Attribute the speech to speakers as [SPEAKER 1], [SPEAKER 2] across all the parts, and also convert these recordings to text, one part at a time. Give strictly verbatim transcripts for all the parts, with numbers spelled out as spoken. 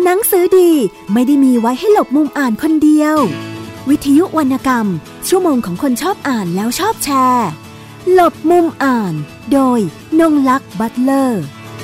[SPEAKER 1] หนังสือดีไม่ได้มีไว้ให้หลบมุมอ่านคนเดียววิทยุวรรณกรรมชั่วโมงของคนชอบอ่านแล้วชอบแชร์หลบมุมอ่านโดยนงลักษณ์บัตเลอร์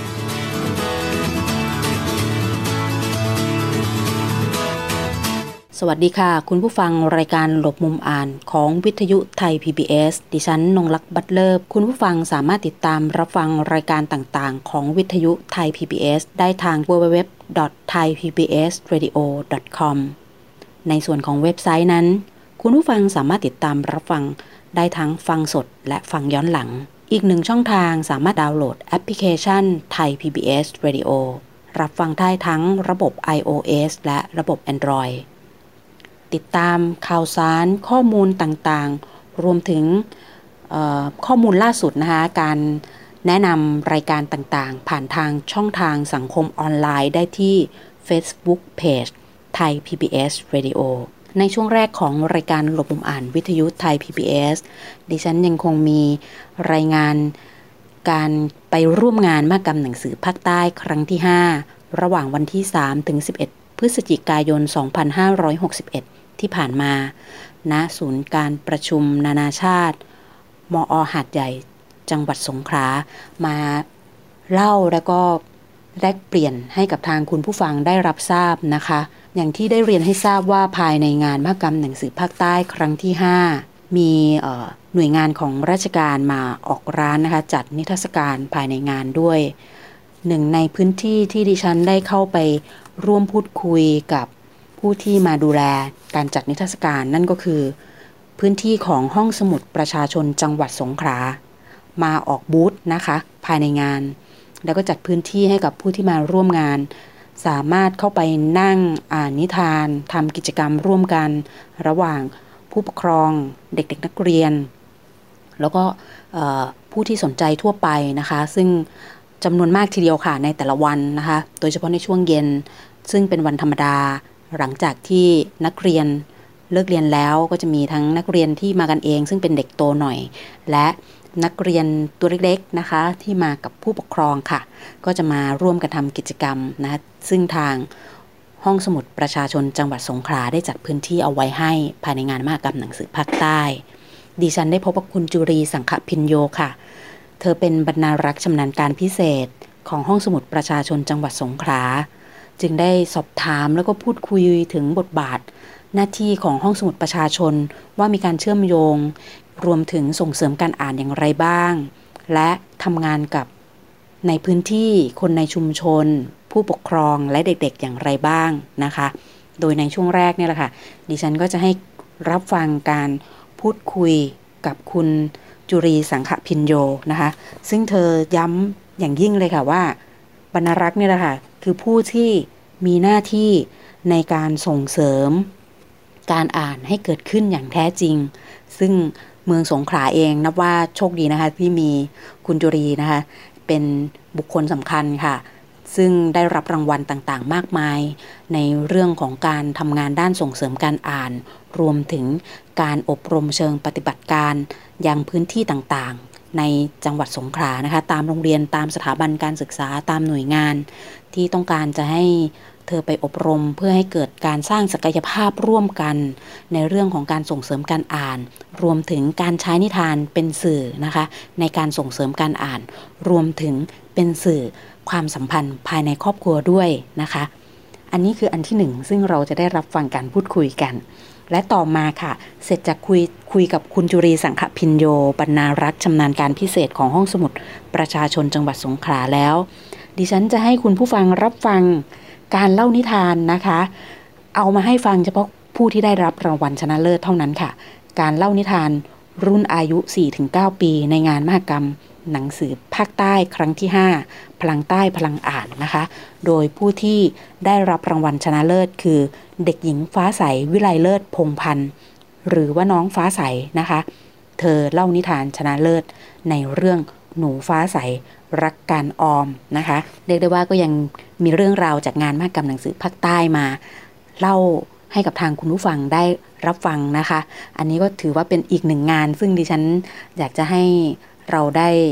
[SPEAKER 2] สวัสดีค่ะคุณผู้ฟังรายการหลบมุมอ่านของวิทยุไทย พี บี เอส ดิฉันนงลักษณ์บัตเลอร์คุณผู้ฟังสามารถติดตามรับฟังรายการต่างๆของวิทยุไทย พี บี เอส ได้ทาง ดับเบิลยู ดับเบิลยู ดับเบิลยู ดอท ไทย พี บี เอส เรดิโอ ดอท คอม ในส่วนของเว็บไซต์นั้นคุณผู้ฟังสามารถติดตามรับฟังได้ทั้งฟังสดและฟังย้อนหลังอีกหนึ่งช่องทางสามารถดาวน์โหลดแอปพลิเคชันไทย พี บี เอส Radio รับฟังได้ทั้งระบบ iOS และระบบ Androidติดตามข่าวสารข้อมูลต่างๆรวมถึงข้อมูลล่าสุดนะคะการแนะนำรายการต่างๆผ่านทางช่องทางสังคมออนไลน์ได้ที่ Facebook Page ไทย พี บี เอส Radio ในช่วงแรกของรายการหลบมุมอ่านวิทยุไทย พี บี เอส ดิฉันยังคงมีรายงานการไปร่วมงานมหกรรมหนังสือภาคใต้ครั้งที่ห้าระหว่างวันที่สามถึงสิบเอ็ดพฤศจิกายนสองพันห้าร้อยหกสิบเอ็ดที่ผ่านมาณศูนย์การประชุมนานาชาติมอ.หาดใหญ่จังหวัดสงขลามาเล่าแล้วก็แลกเปลี่ยนให้กับทางคุณผู้ฟังได้รับทราบนะคะอย่างที่ได้เรียนให้ทราบว่าภายในงานมหกรรมหนังสือภาคใต้ครั้งที่ห้ามีหน่วยงานของราชการมาออกร้านนะคะจัดนิทรรศการภายในงานด้วยหนึ่งในพื้นที่ที่ดิฉันได้เข้าไปร่วมพูดคุยกับผู้ที่มาดูแลการจัดนิทรรศการนั่นก็คือพื้นที่ของห้องสมุดประชาชนจังหวัดสงขลามาออกบูธนะคะภายในงานแล้วก็จัดพื้นที่ให้กับผู้ที่มาร่วมงานสามารถเข้าไปนั่งอ่านนิทานทำกิจกรรมร่วมกันระหว่างผู้ปกครองเด็กๆนักเรียนแล้วก็ผู้ที่สนใจทั่วไปนะคะซึ่งจำนวนมากทีเดียวค่ะในแต่ละวันนะคะโดยเฉพาะในช่วงเย็นซึ่งเป็นวันธรรมดาหลังจากที่นักเรียนเลิกเรียนแล้วก็จะมีทั้งนักเรียนที่มากันเองซึ่งเป็นเด็กโตหน่อยและนักเรียนตัวเล็กๆนะคะที่มากับผู้ปกครองค่ะก็จะมาร่วมกันทำกิจกรรมนะซึ่งทางห้องสมุดประชาชนจังหวัดสงขลาได้จัดพื้นที่เอาไว้ให้ภายในงานมหกรรมหนังสือภาคใต้ดิฉันได้พบกับคุณจุรีสังขพิญโยค่ะเธอเป็นบรรณารักษ์ชำนาญการพิเศษของห้องสมุดประชาชนจังหวัดสงขลาจึงได้สอบถามแล้วก็พูดคุยถึงบทบาทหน้าที่ของห้องสมุดประชาชนว่ามีการเชื่อมโยงรวมถึงส่งเสริมการอ่านอย่างไรบ้างและทำงานกับในพื้นที่คนในชุมชนผู้ปกครองและเด็กๆอย่างไรบ้างนะคะโดยในช่วงแรกเนี่ยแหละค่ะดิฉันก็จะให้รับฟังการพูดคุยกับคุณจุรีสังขพิญโยนะคะซึ่งเธอย้ำอย่างยิ่งเลยค่ะว่าบรรณารักษ์เนี่ยแหละค่ะคือผู้ที่มีหน้าที่ในการส่งเสริมการอ่านให้เกิดขึ้นอย่างแท้จริงซึ่งเมืองสงขลาเองนับว่าโชคดีนะคะที่มีคุณจุรีนะคะเป็นบุคคลสำคัญค่ะซึ่งได้รับรางวัลต่างๆมากมายในเรื่องของการทำงานด้านส่งเสริมการอ่านรวมถึงการอบรมเชิงปฏิบัติการยังพื้นที่ต่างๆในจังหวัดสงขลานะคะตามโรงเรียนตามสถาบันการศึกษาตามหน่วยงานที่ต้องการจะให้เธอไปอบรมเพื่อให้เกิดการสร้างศักยภาพร่วมกันในเรื่องของการส่งเสริมการอ่านรวมถึงการใช้นิทานเป็นสื่อนะคะในการส่งเสริมการอ่านรวมถึงเป็นสื่อความสัมพันธ์ภายในครอบครัวด้วยนะคะอันนี้คืออันที่หนึ่งซึ่งเราจะได้รับฟังการพูดคุยกันและต่อมาค่ะเสร็จจากคุยคุยกับคุณจุรีสังขพิญโยบรรณารักษ์ชำนาญการพิเศษของห้องสมุดประชาชนจังหวัดสงขลาแล้วดิฉันจะให้คุณผู้ฟังรับฟังการเล่านิทานนะคะเอามาให้ฟังเฉพาะผู้ที่ได้รับรางวัลชนะเลิศเท่านั้นค่ะการเล่านิทานรุ่นอายุ สี่ถึงเก้า ปีในงานมหกรรมหนังสือภาคใต้ครั้งที่ห้าพลังใต้พลังอ่านนะคะโดยผู้ที่ได้รับรางวัลชนะเลิศคือเด็กหญิงฟ้าใสวิไลเลิศพงพันธ์หรือว่าน้องฟ้าใสนะคะเธอเล่านิทานชนะเลิศในเรื่องหนูฟ้าใสรักการออมนะคะเรียกได้ว่าก็ยังมีเรื่องราวจากงานมหกรรมหนังสือภาคใต้มาเล่าให้กับทางคุณผู้ฟังได้รับฟังนะคะอันนี้ก็ถือว่าเป็นอีกหนึ่งงานซึ่งดิฉันอยากจะให้เราได้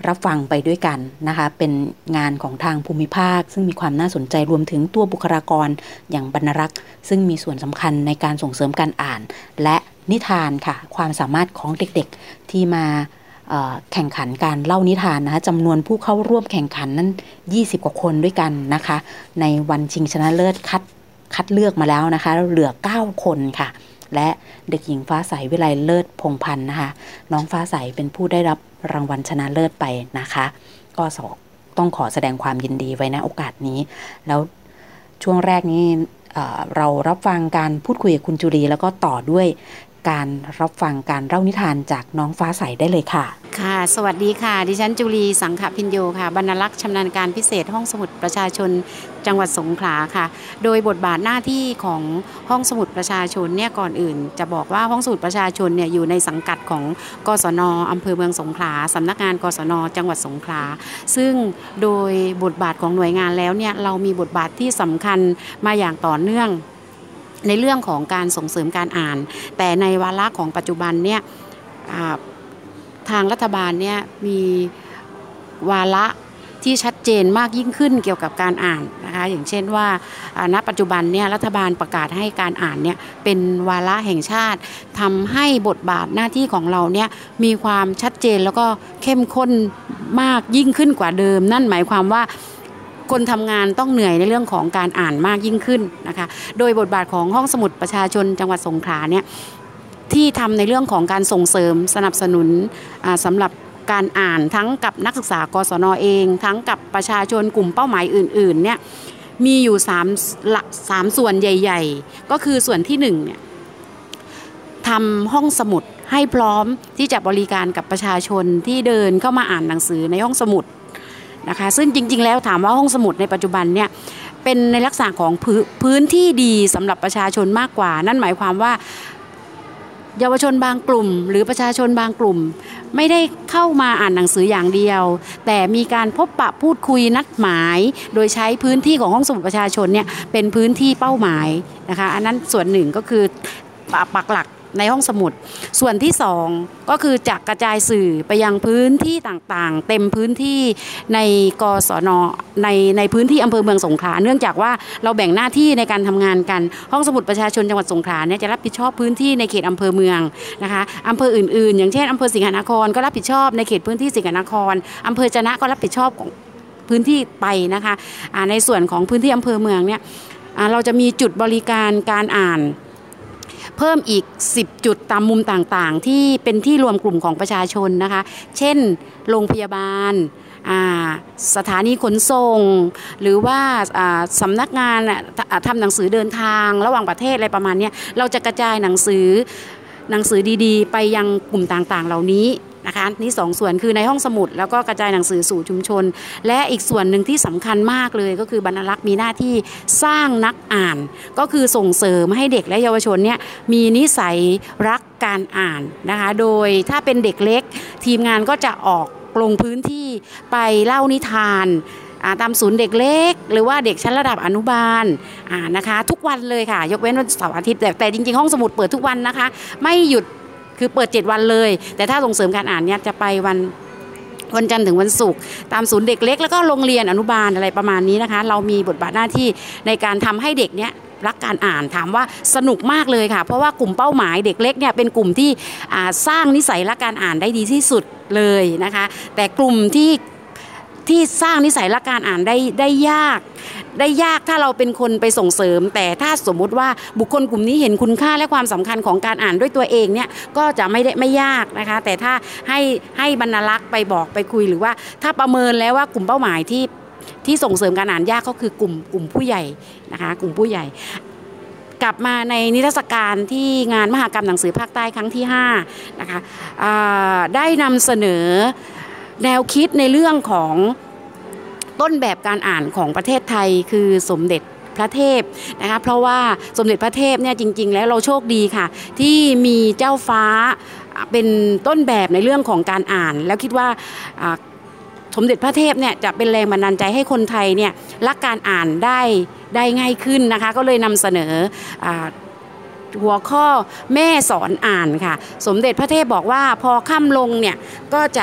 [SPEAKER 2] รับฟังไปด้วยกันนะคะเป็นงานของทางภูมิภาคซึ่งมีความน่าสนใจรวมถึงตัวบุคลากรอย่างบรรณารักษ์ซึ่งมีส่วนสำคัญในการส่งเสริมการอ่านและนิทานค่ะความสามารถของเด็กๆที่มาแข่งขันการเล่านิทานนะคะจำนวนผู้เข้าร่วมแข่งขันนั้นยี่สิบกว่าคนด้วยกันนะคะในวันชิงชนะเลิศคัดคัดเลือกมาแล้วนะคะเหลือเก้าคนค่ะและเด็กหญิงฟ้าใสวิไลเลิศพงพันธ์นะคะน้องฟ้าใสเป็นผู้ได้รับรางวัลชนะเลิศไปนะคะก็ต้องขอแสดงความยินดีไว้ณโอกาสนี้แล้วช่วงแรกนี้เอ่อเรารับฟังการพูดคุยกับคุณจุลีแล้วก็ต่อด้วยการรับฟังการเล่านิทานจากน้องฟ้าใสได้เลยค่ะ
[SPEAKER 3] ค่ะสวัสดีค่ะดิฉันจุลีสังขพิญโยค่ะบรรณารักษ์ชำนาญการพิเศษห้องสมุดประชาชนจังหวัดสงขลาค่ะโดยบทบาทหน้าที่ของห้องสมุดประชาชนเนี่ยก่อนอื่นจะบอกว่าห้องสมุดประชาชนเนี่ยอยู่ในสังกัดของกศน.อำเภอเมืองสงขลาสำนักงานกศน.จังหวัดสงขลาซึ่งโดยบทบาทของหน่วยงานแล้วเนี่ยเรามีบทบาทที่สำคัญมาอย่างต่อเนื่องในเรื่องของการส่งเสริมการอ่านแต่ในวาระของปัจจุบันเนี่ยทางรัฐบาลเนี่ยมีวาระที่ชัดเจนมากยิ่งขึ้นเกี่ยวกับการอ่านนะคะอย่างเช่นว่าณปัจจุบันเนี่ยรัฐบาลประกาศให้การอ่านเนี่ยเป็นวาระแห่งชาติทำให้บทบาทหน้าที่ของเราเนี่ยมีความชัดเจนแล้วก็เข้มข้นมากยิ่งขึ้นกว่าเดิมนั่นหมายความว่าคนทำงานต้องเหนื่อยในเรื่องของการอ่านมากยิ่งขึ้นนะคะโดยบทบาทของห้องสมุดประชาชนจังหวัดสงขลาเนี่ยที่ทำในเรื่องของการส่งเสริมสนับสนุนสำหรับการอ่านทั้งกับนักศึกษากศน.เองทั้งกับประชาชนกลุ่มเป้าหมายอื่นๆเนี่ยมีอยู่สามสามส่วนใหญ่ๆก็คือส่วนที่หนึ่งเนี่ยทำห้องสมุดให้พร้อมที่จะบริการกับประชาชนที่เดินเข้ามาอ่านหนังสือในห้องสมุดนะคะซึ่งจริงๆแล้วถามว่าห้องสมุดในปัจจุบันเนี่ยเป็นในลักษณะของพื้นที่ดีสำหรับประชาชนมากกว่านั่นหมายความว่าเยาวชนบางกลุ่มหรือประชาชนบางกลุ่มไม่ได้เข้ามาอ่านหนังสืออย่างเดียวแต่มีการพบปะพูดคุยนัดหมายโดยใช้พื้นที่ของห้องสมุดประชาชนเนี่ยเป็นพื้นที่เป้าหมายนะคะอันนั้นส่วนหนึ่งก็คือปักหลักในห้องสมุดส่วนที่สองก็คือจะกระจายสื่อไปยังพื้นที่ต่างๆเต็มพื้นที่ในกศน.ในในพื้นที่อำเภอเมืองสงขลาเนื่องจากว่าเราแบ่งหน้าที่ในการทำงานกันห้องสมุดประชาชนจังหวัดสงขลาเนี่ยจะรับผิดชอบพื้นที่ในเขตอำเภอเมืองนะคะอำเภออื่นๆอย่างเช่นอำเภอสิงหนครก็รับผิดชอบในเขตพื้นที่สิงหนครอำเภอจะนะก็รับผิดชอบของพื้นที่ไปนะคะในส่วนของพื้นที่อำเภอเมืองเนี่ยเราจะมีจุดบริการการอ่านเพิ่มอีกสิบจุดตามมุมต่างๆที่เป็นที่รวมกลุ่มของประชาชนนะคะเช่นโรงพยาบาลสถานีขนส่งหรือว่าสำนักงานทำหนังสือเดินทางระหว่างประเทศอะไรประมาณนี้เราจะกระจายหนังสือหนังสือดีๆไปยังกลุ่มต่างๆเหล่านี้นะคะนี่สองส่วนคือในห้องสมุดแล้วก็กระจายหนังสือสู่ชุมชนและอีกส่วนหนึ่งที่สำคัญมากเลยก็คือบรรณารักษ์มีหน้าที่สร้างนักอ่านก็คือส่งเสริมให้เด็กและเยาวชนเนี่ยมีนิสัยรักการอ่านนะคะโดยถ้าเป็นเด็กเล็กทีมงานก็จะออกลงพื้นที่ไปเล่านิทานตามศูนย์เด็กเล็กหรือว่าเด็กชั้นระดับอนุบาลนะคะทุกวันเลยค่ะยกเว้นวันเสาร์อาทิตย์แต่แต่จริงๆห้องสมุดเปิดทุกวันนะคะไม่หยุดคือเปิดเจ็ดวันเลยแต่ถ้าส่งเสริมการอ่านเนี่ยจะไปวันวันจันทร์ถึงวันศุกร์ตามศูนย์เด็กเล็กแล้วก็โรงเรียนอนุบาลอะไรประมาณนี้นะคะเรามีบทบาทหน้าที่ในการทำให้เด็กเนี่ยรักการอ่านถามว่าสนุกมากเลยค่ะเพราะว่ากลุ่มเป้าหมายเด็กเล็กเนี่ยเป็นกลุ่มที่สร้างนิสัยรักการอ่านได้ดีที่สุดเลยนะคะแต่กลุ่มที่ที่สร้างนิสัยรักการอ่านได้ได้ยากได้ยากถ้าเราเป็นคนไปส่งเสริมแต่ถ้าสมมุติว่าบุคคลกลุ่มนี้เห็นคุณค่าและความสำคัญของการอ่านด้วยตัวเองเนี่ยก็จะไม่ได้ไม่ยากนะคะแต่ถ้าให้ให้บรรณารักษ์ไปบอกไปคุยหรือว่าถ้าประเมินแล้วว่ากลุ่มเป้าหมายที่ที่ส่งเสริมการอ่านยากก็คือกลุ่มกลุ่มผู้ใหญ่นะคะกลุ่มผู้ใหญ่กลับมาในนิทรรศการที่งานมหกรรมหนังสือภาคใต้ครั้งที่ห้านะคะได้นำเสนอแนวคิดในเรื่องของต้นแบบการอ่านของประเทศไทยคือสมเด็จพระเทพนะคะเพราะว่าสมเด็จพระเทพเนี่ยจริงๆแล้วเราโชคดีค่ะที่มีเจ้าฟ้าเป็นต้นแบบในเรื่องของการอ่านแล้วคิดว่าสมเด็จพระเทพเนี่ยจะเป็นแรงบันดาลใจให้คนไทยเนี่ยรักการอ่านได้ได้ง่ายขึ้นนะคะก็เลยนำเสนอหัวข้อแม่สอนอ่านค่ะสมเด็จพระเทพบอกว่าพอค่ำลงเนี่ยก็จะพ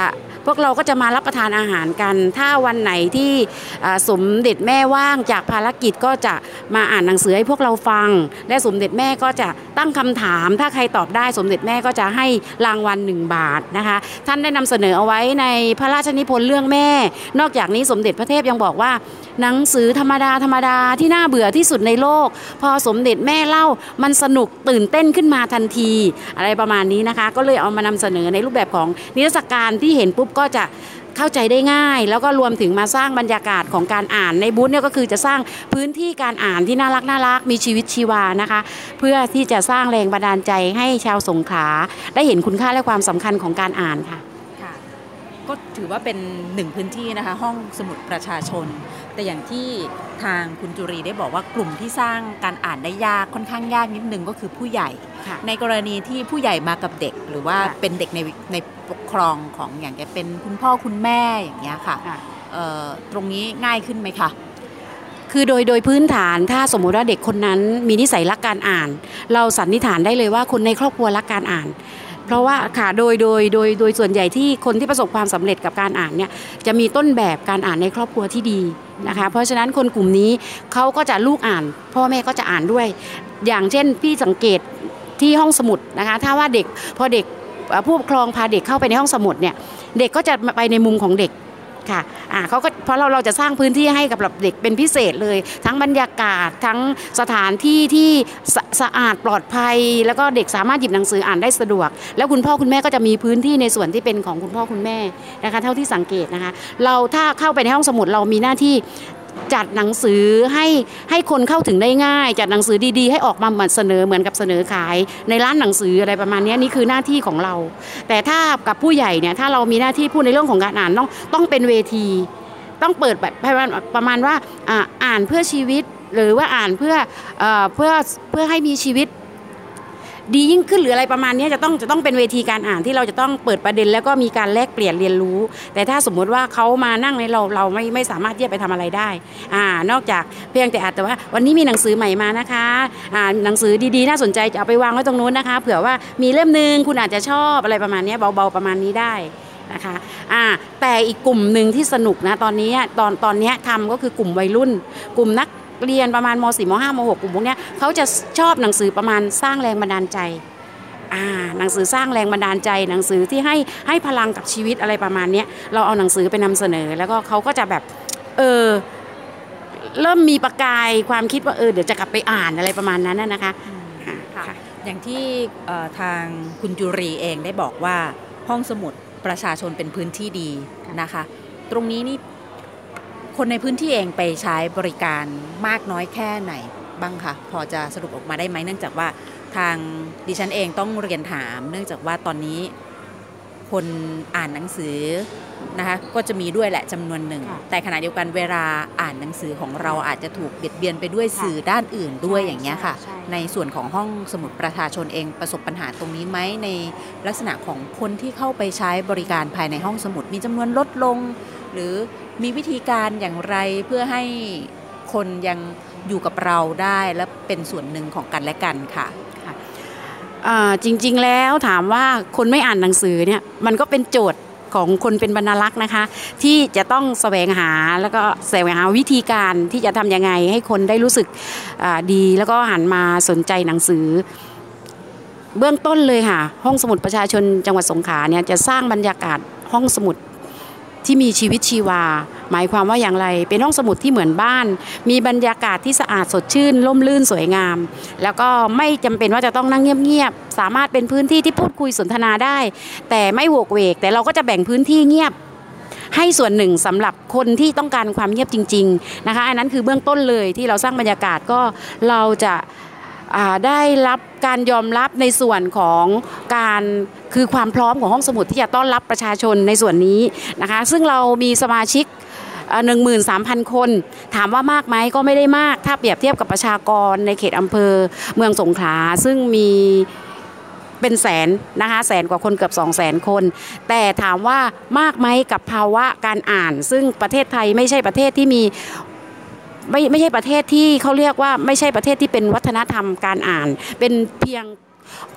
[SPEAKER 3] วกเราก็จะมารับประทานอาหารกันถ้าวันไหนที่สมเด็จแม่ว่างจากภารกิจก็จะมาอ่านหนังสือให้พวกเราฟังและสมเด็จแม่ก็จะตั้งคำถามถ้าใครตอบได้สมเด็จแม่ก็จะให้รางวัลหนึ่งบาทนะคะท่านได้นำเสนอเอาไว้ในพระราชนิพนธ์เรื่องแม่นอกจากนี้สมเด็จพระเทพยังบอกว่าหนังสือธรรมดาธรรมดาที่น่าเบื่อที่สุดในโลกพอสมเด็จแม่เล่ามันสนุกตื่นเต้นขึ้นมาทันทีอะไรประมาณนี้นะคะก็เลยเอามานำเสนอในรูปแบบของนิทรรศการที่เห็นปุ๊บก็จะเข้าใจได้ง่ายแล้วก็รวมถึงมาสร้างบรรยากาศของการอ่านในบูธเนี่ยก็คือจะสร้างพื้นที่การอ่านที่น่ารักน่ารักมีชีวิตชีวานะคะเพื่อที่จะสร้างแรงบันดาลใจให้ชาวสงขลาได้เห็นคุณค่าและความสำคัญของการอ่านค่ะ
[SPEAKER 2] ก็ถือว่าเป็นหนึ่งพื้นที่นะคะห้องสมุดประชาชนแต่อย่างที่ทางคุณจุรีได้บอกว่ากลุ่มที่สร้างการอ่านได้ยากค่อนข้างยากนิดนึงก็คือผู้ใหญ่ในกรณีที่ผู้ใหญ่มากับเด็กหรือว่าเป็นเด็กในในปกครองของอย่างแกเป็นคุณพ่อคุณแม่อย่างเงี้ยค่ะตรงนี้ง่ายขึ้นไหมคะ
[SPEAKER 3] คือโดยโดยพื้นฐานถ้าสมมุติว่าเด็กคนนั้นมีนิสัยรักการอ่านเราสันนิษฐานได้เลยว่าคนในครอบครัวรักการอ่านเพราะว่าค่ะโดยโดยโดยโดยส่วนใหญ่ที่คนที่ประสบความสำเร็จกับการอ่านเนี่ยจะมีต้นแบบการอ่านในครอบครัวที่ดีนะคะเพราะฉะนั้นคนกลุ่มนี้เขาก็จะลูกอ่านพ่อแม่ก็จะอ่านด้วยอย่างเช่นพี่สังเกตที่ห้องสมุดนะคะถ้าว่าเด็กพอเด็กผู้ปกครองพาเด็กเข้าไปในห้องสมุดเนี่ยเด็กก็จะไปในมุมของเด็กค่ะอ่าเขาก็เพราะเราเราจะสร้างพื้นที่ให้กับเด็กเป็นพิเศษเลยทั้งบรรยากาศทั้งสถานที่ที่สะสะอาดปลอดภัยแล้วก็เด็กสามารถหยิบหนังสืออ่านได้สะดวกแล้วคุณพ่อคุณแม่ก็จะมีพื้นที่ในส่วนที่เป็นของคุณพ่อคุณแม่นะคะเท่าที่สังเกตนะคะเราถ้าเข้าไปในห้องสมุดเรามีหน้าที่จัดหนังสือให้ให้คนเข้าถึงได้ง่ายจัดหนังสือดีๆให้ออกมาเหมือนเสนอเหมือนกับเสนอขายในร้านหนังสืออะไรประมาณนี้นี่คือหน้าที่ของเราแต่ถ้ากับผู้ใหญ่เนี่ยถ้าเรามีหน้าที่พูดในเรื่องของการอ่านต้องต้องเป็นเวทีต้องเปิดแบบประมาณว่าอ่านเพื่อชีวิตหรือว่าอ่านเพื่อเพื่อเพื่อให้มีชีวิตดียิ่งขึ้นหรืออะไรประมาณนี้จะต้องจะต้องเป็นเวทีการอ่านที่เราจะต้องเปิดประเด็นแล้วก็มีการแลกเปลี่ยนเรียนรู้แต่ถ้าสมมติว่าเขามานั่งในเราเราไม่ไม่สามารถที่จะไปทำอะไรได้อ่านอกจากเพียงแต่อาจจะว่าวันนี้มีหนังสือใหม่มานะคะอ่าหนังสือดีๆน่าสนใจจะเอาไปวางไว้ตรงนู้นนะคะเผื่อว่ามีเล่มนึงคุณอาจจะชอบอะไรประมาณนี้เบาๆประมาณนี้ได้นะคะอ่าแต่อีกกลุ่มหนึ่งที่สนุกนะตอนนี้ตอนตอนนี้ทำก็คือกลุ่มวัยรุ่นกลุ่มนักเรียนประมาณม.สี่ ม.ห้า ม.หก กลุ่มพวกนี้เขาจะชอบหนังสือประมาณสร้างแรงบันดาลใจอ่าหนังสือสร้างแรงบันดาลใจหนังสือที่ให้ให้พลังกับชีวิตอะไรประมาณนี้เราเอาหนังสือไปนำเสนอแล้วก็เขาก็จะแบบเออเริ่มมีประกายความคิดว่าเออเดี๋ยวจะกลับไปอ่านอะไรประมาณนั้นนะคะ
[SPEAKER 2] ค่ะอย่างที่ทางคุณจุรีเองได้บอกว่าห้องสมุดประชาชนเป็นพื้นที่ดีนะคะตรงนี้นี่คนในพื้นที่เองไปใช้บริการมากน้อยแค่ไหนบ้างคะพอจะสรุปออกมาได้ไหมเนื่องจากว่าทางดิฉันเองต้องเรียนถามเนื่องจากว่าตอนนี้คนอ่านหนังสือนะคะก็จะมีด้วยแหละจำนวนหนึ่งแต่ขณะเดียวกันเวลาอ่านหนังสือของเราอาจจะถูกเบียดเบียนไปด้วยสื่อด้านอื่นด้วยอย่างเงี้ยค่ะในส่วนของห้องสมุดประชาชนเองประสบปัญหาตรงนี้ไหมในลักษณะของคนที่เข้าไปใช้บริการภายในห้องสมุดมีจำนวนลดลงหรือมีวิธีการอย่างไรเพื่อให้คนยังอยู่กับเราได้และเป็นส่วนหนึ่งของกันและกันค่ะ
[SPEAKER 3] จริงๆแล้วถามว่าคนไม่อ่านหนังสือเนี่ยมันก็เป็นโจทย์ของคนเป็นบรรลักษ์นะคะที่จะต้องแสวงหาแล้วก็แสวงหาวิธีการที่จะทำยังไงให้คนได้รู้สึกดีแล้วก็หันมาสนใจหนังสือเบื้องต้นเลยค่ะห้องสมุดประชาชนจังหวัดสงขลาเนี่ยจะสร้างบรรยากาศห้องสมุดที่มีชีวิตชีวาหมายความว่าอย่างไรเป็นห้องสมุดที่เหมือนบ้านมีบรรยากาศที่สะอาดสดชื่นร่มรื่นสวยงามแล้วก็ไม่จำเป็นว่าจะต้องนั่งเงียบๆสามารถเป็นพื้นที่ที่พูดคุยสนทนาได้แต่ไม่โวกเวกแต่เราก็จะแบ่งพื้นที่เงียบให้ส่วนหนึ่งสำหรับคนที่ต้องการความเงียบจริงๆนะคะอันนั้นคือเบื้องต้นเลยที่เราสร้างบรรยากาศก็เราจะได้รับการยอมรับในส่วนของการคือความพร้อมของห้องสมุดที่จะต้อนรับประชาชนในส่วนนี้นะคะซึ่งเรามีสมาชิก หนึ่งหมื่นสามพัน คนถามว่ามากไหมก็ไม่ได้มากถ้าเปรียบเทียบกับประชากรในเขตอำเภอเมืองสงขลาซึ่งมีเป็นแสนนะคะแสนกว่าคนเกือบ สองแสน คนแต่ถามว่ามากไหมกับภาวะการอ่านซึ่งประเทศไทยไม่ใช่ประเทศที่มีไม่ไม่ใช่ประเทศที่เขาเรียกว่าไม่ใช่ประเทศที่เป็นวัฒนธรรมการอ่านเป็นเพียง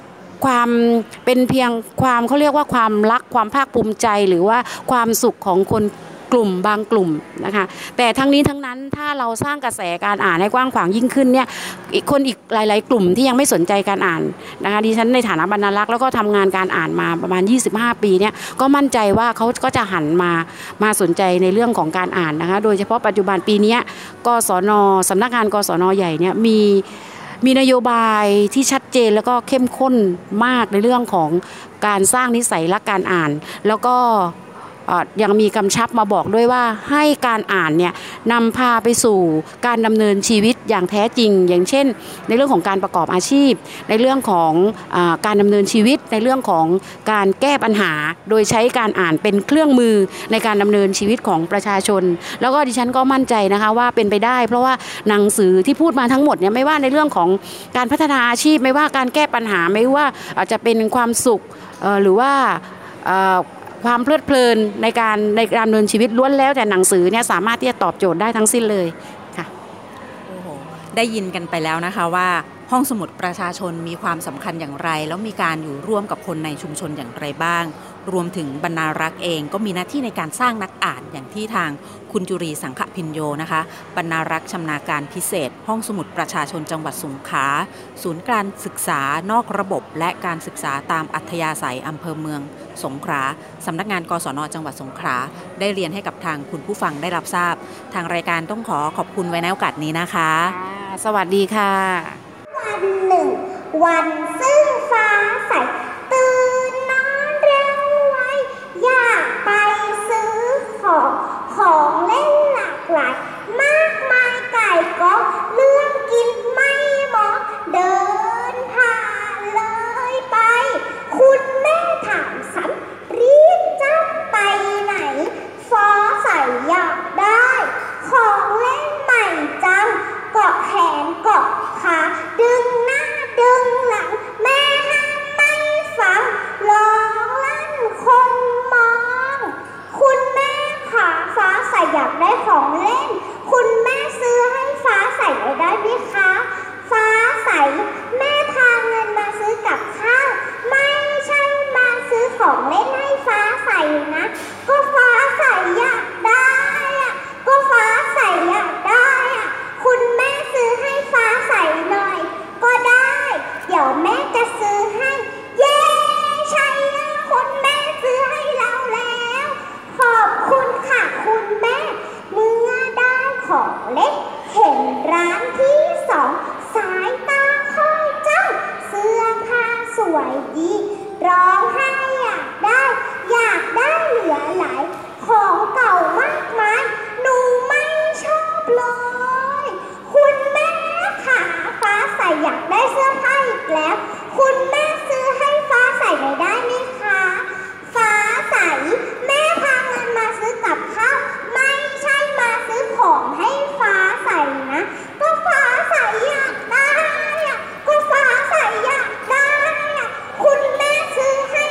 [SPEAKER 3] ความเป็นเพียงความเขาเรียกว่าความรักความภาคภูมิใจหรือว่าความสุขของคนกลุ่มบางกลุ่มนะคะแต่ทั้งนี้ทั้งนั้นถ้าเราสร้างกระแสการอ่านให้กว้างขวางยิ่งขึ้นเนี่ยอีกคนอีกหลายๆกลุ่มที่ยังไม่สนใจการอ่านนะคะดิฉันในฐานะบรรณารักษ์แล้วก็ทำงานการอ่านมาประมาณยี่สิบห้าปีเนี่ยก็มั่นใจว่าเขาก็จะหันมามาสนใจในเรื่องของการอ่านนะคะโดยเฉพาะปัจจุบันปีนี้กศน.สำนักงานกศน.ใหญ่เนี่ยมีมีนโยบายที่ชัดเจนแล้วก็เข้มข้นมากในเรื่องของการสร้างนิสัยรักการอ่านแล้วก็ยังมีกำชับมาบอกด้วยว่าให้การอ่านเนี่ยนำพาไปสู่การดำเนินชีวิตอย่างแท้จริงอย่างเช่นในเรื่องของการประกอบอาชีพในเรื่องของอ่าการดำเนินชีวิตในเรื่องของการแก้ปัญหาโดยใช้การอ่านเป็นเครื่องมือในการดำเนินชีวิตของประชาชนแล้วก็ดิฉันก็มั่นใจนะคะว่าเป็นไปได้เพราะว่าหนังสือที่พูดมาทั้งหมดเนี่ยไม่ว่าในเรื่องของการพัฒนาอาชีพไม่ว่าการแก้ปัญหาไม่ว่าอาจจะเป็นความสุขหรือว่าความเพลิดเพลินในการในการดำเนินชีวิตล้วนแล้วแต่หนังสือเนี่ยสามารถที่จะตอบโจทย์ได้ทั้งสิ้นเลยค่ะ
[SPEAKER 2] โอ้โหได้ยินกันไปแล้วนะคะว่าห้องสมุดประชาชนมีความสำคัญอย่างไรแล้วมีการอยู่ร่วมกับคนในชุมชนอย่างไรบ้างรวมถึงบรรณารักษ์เองก็มีหน้าที่ในการสร้างนักอ่านอย่างที่ทางคุณจุรีสังขพิญโยนะคะบรรณารักษ์ชำนาญการพิเศษห้องสมุดประชาชนจังหวัดสงขลาศูนย์การศึกษานอกระบบและการศึกษาตามอัธยาศัยอำเภอเมืองสงขลาสำนักงานกศน.จังหวัดสงขลาได้เรียนให้กับทางคุณผู้ฟังได้รับทราบทางรายการต้องขอขอบคุณไว้ในโอกาสนี้นะคะ
[SPEAKER 3] สวัสดีค่ะ
[SPEAKER 4] วันหนึ่งวันซึ่งฟ้าใสตื่นนอนเร็วไว้อยากไปซื้อของของเล่นหลากหลายมากมายไก่ก็เรื่องกินไม่เหมาะเดินผ่านเลยไปคุณแม่ถามซ้ำรีบจ้ำไปไหนฟ้าใสอยากได้ของเล่นใหม่จังเกาะแขนเกาะขาดึงหน้าดึงหลังแม่ห้ามไม่ฟังร้องลั่นคนมองคุณแม่ขาฟ้าใสอยากได้ของเล่นคุณแม่ซื้อให้ฟ้าใสได้ไหมคะฟ้าใสแม่พาเงินมาซื้อกับข้าวไม่ใช่มาซื้อของเล่นให้ฟ้าใสนะก็ฟ้าใสอยากได้อะก็ฟ้าใสอยากได้อะคุณแม่ซื้อให้ฟ้าใสหน่อยก็ได้เดี๋ยวแม่จะซื้อให้เย้ใช่แล้วคุณแม่ซื้อให้เราแล้วขอบคุณค่ะคุณแม่เมื่อได้ของเล็กเห็นร้านที่สองสายตาคอยจ้องเสื้อผ้าสวยดีร้องไห้อยากได้อยากได้เหลือหลายของเก่ามากมายหนูไม่ชอบเลยคุณแม่ค่ะฟ้าใสอยากได้เสื้อผ้าอีกแล้วคุณแม่ซื้อให้ฟ้าใสหน่อยได้ไหมคะฟ้าใสแม่พาเงินมาซื้อกับข้าวไม่ใช่มาซื้อของให้ฟ้าใสนะก็ฟ้าใสอยากได้อะก็ฟ้าใสอยากได้อะคุณแม่ซื้อให้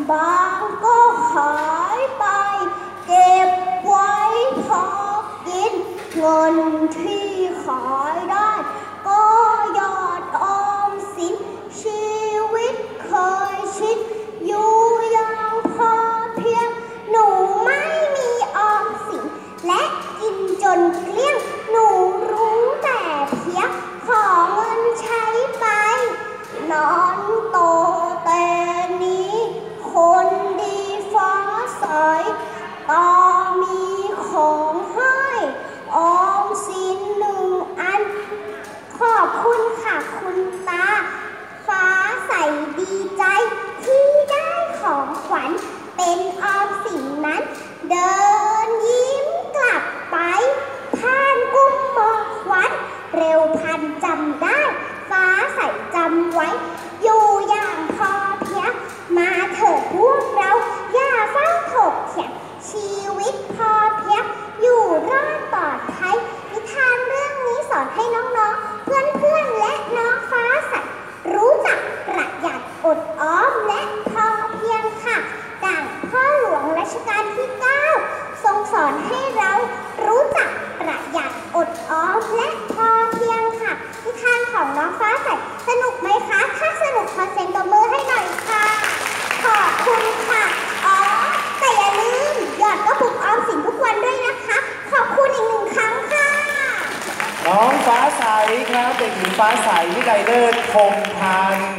[SPEAKER 4] บางก็หายไปเก็บไว้พอกินเงินที่ขายได้ก็หยอดออมสินชีวิตเคยชินอยู่อย่างพอเพียงหนูไม่มีออมสินและกินจนเกลี้ยงหนูรู้แต่เพียงขอเงินใช้ไปนอนโตแต่นี้คนดีฟ้าใสต้องมีของให้ออมสินหนึ่งอันขอบคุณค่ะคุณตาฟ้าใสดีใจที่ได้ของขวัญเป็นออมสินนั้นเดินยิ้มกลับไปผ่านกุ้มมองควันเร็วพันจำได้ฟ้าใสจำไว้อยู่อย่างพอเพียงมาเถิดพวกเราอย่าเฝ้าถกเถียงชีวิตพอเพียงอยู่รอดปลอดภัยนิทานเรื่องนี้สอนให้น้องๆเพื่อนๆและน้องฟ้าใสรู้จักประหยัดอดออมและพอเพียงค่ะดังพ่อหลวงรัชกาลที่เก้าทรงสอนให้เรารู้จักประหยัดอดออมและพอเพียงค่ะนิทานของน้องฟ้าใสสนุกไหมคะถ้าสนุกขอเสียงตบมือให้หน่อยค่ะขอบคุณค่ะอ๋อแต่อย่าลืมหยอดกระปุกออมสินทุกวันด้วยนะคะขอบคุณอีกหนึ่งครั้งค่ะ
[SPEAKER 5] น้องฟ้าใสครับเด็กหญิงฟ้าใสวิไลเลิศคงพันธ์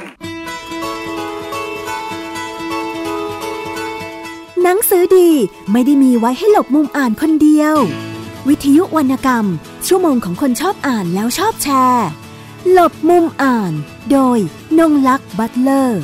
[SPEAKER 1] หนังสือดีไม่ได้มีไว้ให้หลบมุมอ่านคนเดียววิทยุวรรณกรรมชั่วโมงของคนชอบอ่านแล้วชอบแชร์หลบมุมอ่านโดยนงลักษณ์บัตเลอร์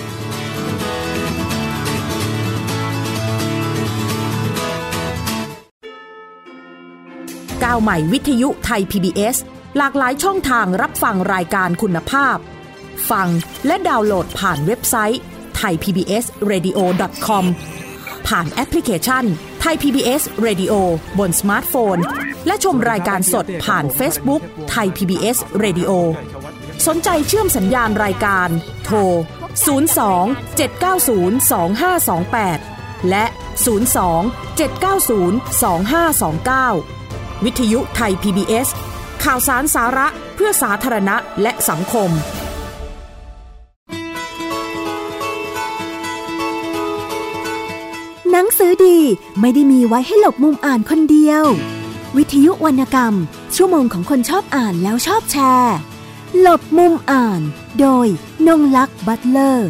[SPEAKER 6] ก้าวใหม่วิทยุไทย พี บี เอส หลากหลายช่องทางรับฟังรายการคุณภาพฟังและดาวน์โหลดผ่านเว็บไซต์ ไทย พี บี เอส เรดิโอ ดอท คอม ผ่านแอปพลิเคชัน Thai พี บี เอส Radio บนสมาร์ทโฟนและชมรายการสดผ่าน Facebook Thai พี บี เอส Radio สนใจเชื่อมสัญญาณรายการโทรศูนย์ สอง เจ็ด เก้า ศูนย์ สอง ห้า สอง แปดและศูนย์ สอง เจ็ด เก้า ศูนย์ สอง ห้า สอง เก้าวิทยุไทย พี บี เอส ข่าวสารสาระเพื่อสาธารณะและสังคม
[SPEAKER 1] หนังสือดีไม่ได้มีไว้ให้หลบมุมอ่านคนเดียววิทยุวรรณกรรมชั่วโมงของคนชอบอ่านแล้วชอบแชร์หลบมุมอ่านโดยนงลักษณ์บัตเลอร์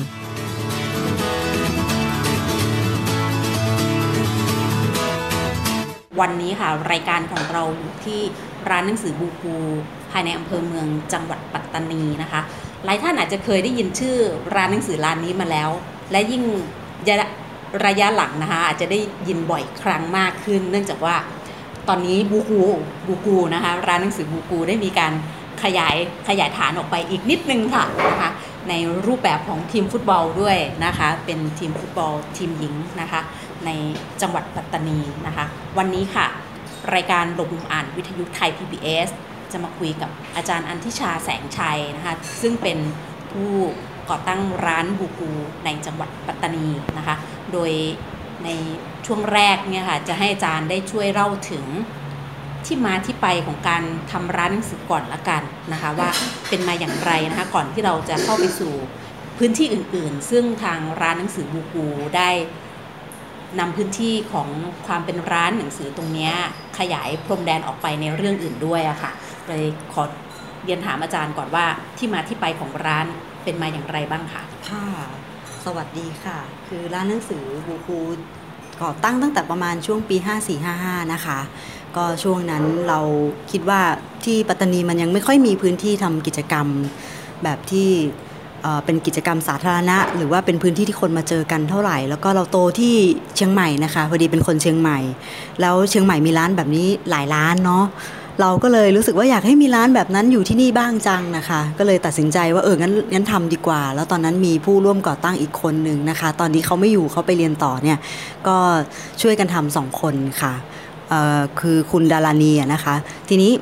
[SPEAKER 2] วันนี้ค่ะรายการของเราอยู่ที่ร้านหนังสือบูกูภายในอำเภอเมืองจังหวัดปัตตานีนะคะหลายท่านอาจจะเคยได้ยินชื่อร้านหนังสือร้านนี้มาแล้วและยิ่งระยะหลังนะคะอาจจะได้ยินบ่อยครั้งมากขึ้นเนื่องจากว่าตอนนี้บูกูบูกูนะคะร้านหนังสือบูกูได้มีการขยายขยายฐานออกไปอีกนิดนึงค่ะนะคะในรูปแบบของทีมฟุตบอลด้วยนะคะเป็นทีมฟุตบอลทีมหญิงนะคะในจังหวัดปัตตานีนะคะวันนี้ค่ะรายการหลบมุมอ่านวิทยุไทย พี บี เอส จะมาคุยกับอาจารย์อันทิชาแสงชัยนะคะซึ่งเป็นผู้ก่อตั้งร้านบูกูในจังหวัดปัตตานีนะคะโดยในช่วงแรกเนี่ยค่ะจะให้อาจารย์ได้ช่วยเล่าถึงที่มาที่ไปของการทำร้านหนังสือก่อนละกันนะคะว่าเป็นมาอย่างไรนะคะก่อนที่เราจะเข้าไปสู่พื้นที่อื่นๆซึ่งทางร้านหนังสือบูกูได้นำพื้นที่ของความเป็นร้านหนังสือตรงนี้ขยายพรมแดนออกไปในเรื่องอื่นด้วยอะค่ะเลยขอเรียนถามอาจารย์ก่อนว่าที่มาที่ไปของร้านเป็นมาอย่างไรบ้างคะ
[SPEAKER 7] ค่ะสวัสดีค่ะคือร้านหนังสือบูกูก่อตั้งตั้งแต่ประมาณช่วงปีห้าสี่ห้าห้านะคะก็ช่วงนั้นเราคิดว่าที่ปัตตานีมันยังไม่ค่อยมีพื้นที่ทำกิจกรรมแบบที่เป็นกิจกรรมสาธารณะหรือว่าเป็นพื้นที่ที่คนมาเจอกันเท่าไหร่แล้วก็เราโตที่เชียงใหม่นะคะพอดีเป็นคนเชียงใหม่แล้วเชียงใหม่มีร้านแบบนี้หลายร้านเนาะเราก็เลยรู้สึกว่าอยากให้มีร้านแบบนั้นอยู่ที่นี่บ้างจังนะคะก็เลยตัดสินใจว่าเอองั้นงั้นทำดีกว่าแล้วตอนนั้นมีผู้ร่วมก่อตั้งอีกคนนึงนะคะตอนนี้เขาไม่อยู่เขาไปเรียนต่อเนี่ยก็ช่วยกันทำสองคนค่ะเอ่อคือคุณดารานีนะคะทีนี้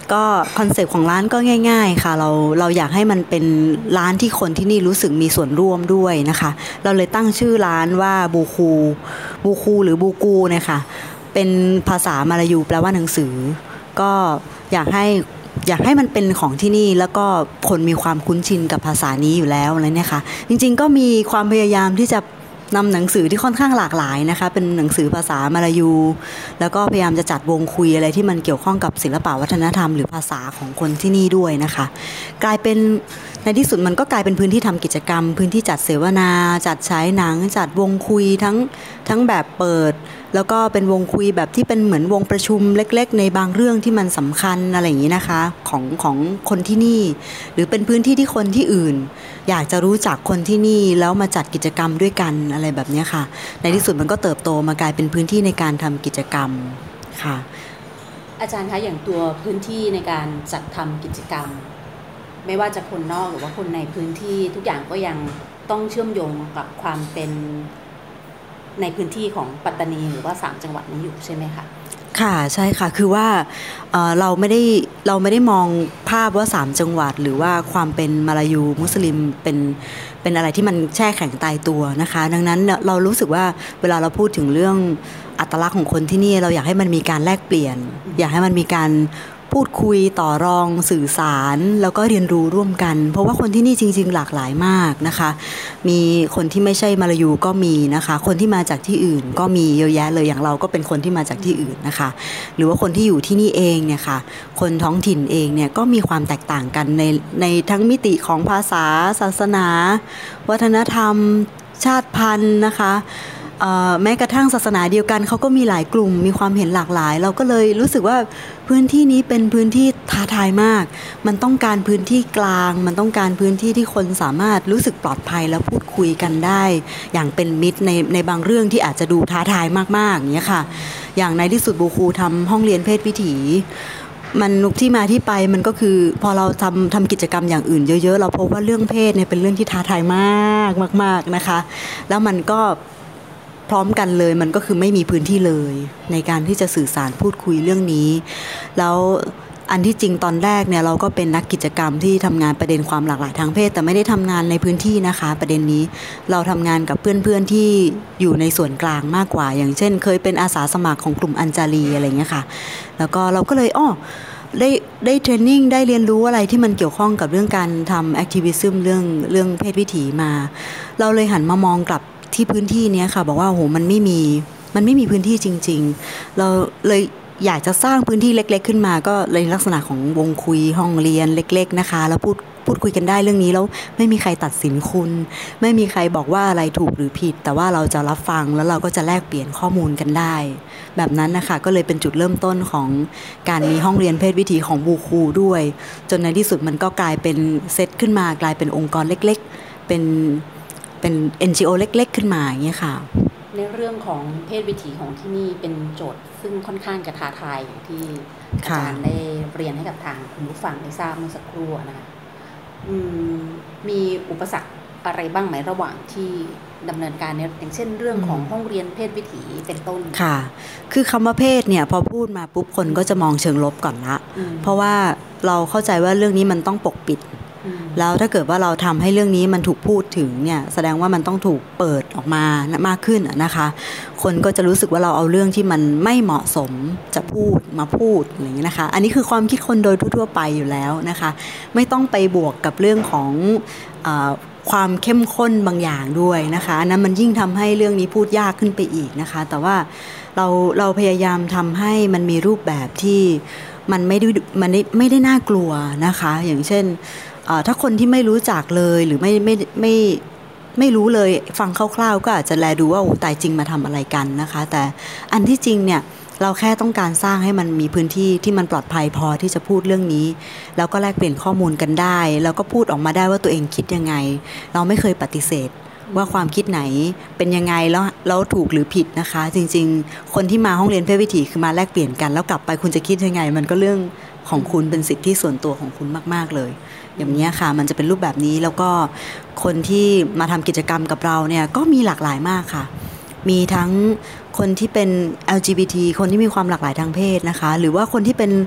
[SPEAKER 7] ก็คอนเซปต์ของร้านก็ง่ายๆค่ะเราเราอยากให้มันเป็นร้านที่คนที่นี่รู้สึกมีส่วนร่วมด้วยนะคะเราเลยตั้งชื่อร้านว่าบูคูบูคูหรือบูกูเนี่ยค่ะเป็นภาษามาลายูแปลว่าหนังสือก็อยากให้อยากให้มันเป็นของที่นี่แล้วก็คนมีความคุ้นชินกับภาษานี้อยู่แล้วอะไรเนี่ยค่ะจริงๆก็มีความพยายามที่จะนำหนังสือที่ค่อนข้างหลากหลายนะคะเป็นหนังสือภาษามาลายูแล้วก็พยายามจะจัดวงคุยอะไรที่มันเกี่ยวข้องกับศิลปะวัฒนธรรมหรือภาษาของคนที่นี่ด้วยนะคะกลายเป็นในที่สุดมันก็กลายเป็นพื้นที่ทำกิจกรรมพื้นที่จัดเสวนาจัดฉายหนังจัดวงคุยทั้งทั้งแบบเปิดแล้วก็เป็นวงคุยแบบที่เป็นเหมือนวงประชุมเล็กๆในบางเรื่องที่มันสำคัญอะไรอย่างนี้นะคะของของคนที่นี่หรือเป็นพื้นที่ที่คนที่อื่นอยากจะรู้จักคนที่นี่แล้วมาจัดกิจกรรมด้วยกันอะไรแบบนี้ค่ะในที่สุดมันก็เติบโตมากลายเป็นพื้นที่ในการทำกิจกรรมค่ะ
[SPEAKER 2] อาจารย์คะอย่างตัวพื้นที่ในการจัดทำกิจกรรมไม่ว่าจะคนนอกหรือว่าคนในพื้นที่ทุกอย่างก็ยังต้องเชื่อมโยงกับความเป็นในพื้นที่ของปัตตานีหรือว่าสามจังหวัดนี้อยู่ใช่ไหมคะ
[SPEAKER 7] ค่ะใช่ค่ะคือว่าเอ่อเราไม่ได้เราไม่ได้มองภาพว่าสามจังหวัดหรือว่าความเป็นมาลายูมุสลิมเป็นเป็นอะไรที่มันแช่แข็งตายตัวนะคะดังนั้นเรารู้สึกว่าเวลาเราพูดถึงเรื่องอัตลักษณ์ของคนที่นี่เราอยากให้มันมีการแลกเปลี่ยนอยากให้มันมีการพูดคุยต่อรองสื่อสารแล้วก็เรียนรู้ร่วมกันเพราะว่าคนที่นี่จริงๆหลากหลายมากนะคะมีคนที่ไม่ใช่มาลายูก็มีนะคะคนที่มาจากที่อื่นก็มีเยอะแยะเลยอย่างเราก็เป็นคนที่มาจากที่อื่นนะคะหรือว่าคนที่อยู่ที่นี่เองเนี่ยค่ะคนท้องถิ่นเองเนี่ยก็มีความแตกต่างกันในในทั้งมิติของภาษาศาสนาวัฒนธรรมชาติพันธุ์นะคะแม้กระทั่งศาสนาเดียวกันเขาก็มีหลายกลุ่มมีความเห็นหลากหลายเราก็เลยรู้สึกว่าพื้นที่นี้เป็นพื้นที่ท้าทายมากมันต้องการพื้นที่กลางมันต้องการพื้นที่ที่คนสามารถรู้สึกปลอดภัยแล้วพูดคุยกันได้อย่างเป็นมิตรในในบางเรื่องที่อาจจะดูท้าทายมากๆอย่างเงี้ยค่ะอย่างในที่สุดบูคูทำห้องเรียนเพศวิถีมันที่มาที่ไปมันก็คือพอเราทำทำกิจกรรมอย่างอื่นเยอะๆเราพบว่าเรื่องเพศเนี่ยเป็นเรื่องที่ท้าทายมากมากๆนะคะแล้วมันก็พร้อมกันเลยมันก็คือไม่มีพื้นที่เลยในการที่จะสื่อสารพูดคุยเรื่องนี้แล้วอันที่จริงตอนแรกเนี่ยเราก็เป็นนักกิจกรรมที่ทำงานประเด็นความหลากหลายทางเพศแต่ไม่ได้ทำงานในพื้นที่นะคะประเด็นนี้เราทำงานกับเพื่อนๆที่อยู่ในส่วนกลางมากกว่าอย่างเช่นเคยเป็นอาสาสมัครของกลุ่มอัญจารีอะไรเงี้ยค่ะแล้วก็เราก็เลยอ้อได้ได้เทรนนิ่งได้เรียนรู้อะไรที่มันเกี่ยวข้องกับเรื่องการทำแอคทิวิซึมเรื่องเรื่องเพศวิถีมาเราเลยหันมามองกลับที่พื้นที่นี้ค่ะบอกว่าโอ้โหมันไม่มีมันไม่มีพื้นที่จริงๆเราเลยอยากจะสร้างพื้นที่เล็กๆขึ้นมาก็ในลักษณะของวงคุยห้องเรียนเล็กๆนะคะแล้วพูดพูดคุยกันได้เรื่องนี้แล้วไม่มีใครตัดสินคุณไม่มีใครบอกว่าอะไรถูกหรือผิดแต่ว่าเราจะรับฟังแล้วเราก็จะแลกเปลี่ยนข้อมูลกันได้แบบนั้นนะคะก็เลยเป็นจุดเริ่มต้นของการมีห้องเรียนเพศวิถีของบูคูด้วยจนในที่สุดมันก็กลายเป็นเซตขึ้นมากลายเป็นองค์กรเล็กๆเป็นเป็น เอ็น จี โอ เล็กๆขึ้นมาอย่างเงี้ยค่ะ
[SPEAKER 2] ในเรื่องของเพศวิถีของที่นี่เป็นโจทย์ซึ่งค่อนข้างจะท้าทายอย่างที่อาจารย์ได้เรียนให้กับทางคุณผู้ฟังได้ทราบเมื่อสักครู่นะคะมีอุปสรรคอะไรบ้างไหมระหว่างที่ดำเนินการเนี่ยอย่างเช่นเรื่องของห้องเรียนเพศวิถีเป็นต้น
[SPEAKER 7] ค่ะคือคำว่าเพศเนี่ยพอพูดมาปุ๊บคนก็จะมองเชิงลบก่อนละเพราะว่าเราเข้าใจว่าเรื่องนี้มันต้องปกปิดแล้วถ้าเกิดว่าเราทำให้เรื่องนี้มันถูกพูดถึงเนี่ยแสดงว่ามันต้องถูกเปิดออกมามากขึ้นนะคะคนก็จะรู้สึกว่าเราเอาเรื่องที่มันไม่เหมาะสมจะพูดมาพูดอะไรอย่างนี้นะคะอันนี้คือความคิดคนโดยทั่วๆไปอยู่แล้วนะคะไม่ต้องไปบวกกับเรื่องของเอ่อความเข้มข้นบางอย่างด้วยนะคะอันนั้นมันยิ่งทำให้เรื่องนี้พูดยากขึ้นไปอีกนะคะแต่ว่าเราเราพยายามทำให้มันมีรูปแบบที่มันไม่ได้มันไม่ได้น่ากลัวนะคะอย่างเช่นถ้าคนที่ไม่รู้จักเลยหรือไม่ไม่ไม่ไม่รู้เลยฟังคร่าวๆก็อาจจะแลดูว่าโอ้ตายจริงมาทำอะไรกันนะคะแต่อันที่จริงเนี่ยเราแค่ต้องการสร้างให้มันมีพื้นที่ที่มันปลอดภัยพอที่จะพูดเรื่องนี้แล้วก็แลกเปลี่ยนข้อมูลกันได้แล้วก็พูดออกมาได้ว่าตัวเองคิดยังไงเราไม่เคยปฏิเสธว่าความคิดไหนเป็นยังไงแล้วแล้วถูกหรือผิดนะคะจริงๆคนที่มาห้องเรียนเพศวิถีคือมาแลกเปลี่ยนกันแล้วกลับไปคุณจะคิดยังไงมันก็เรื่องของคุณเป็นสิทธิส่วนตัวของคุณมากๆเลยอย่างนี้ค่ะมันจะเป็นรูปแบบนี้แล้วก็คนที่มาทำกิจกรรมกับเราเนี่ยก็มีหลากหลายมากค่ะมีทั้งคนที่เป็น แอล จี บี ที คนที่มีความหลากหลายทางเพศนะคะหรือว่าคนที่เป็น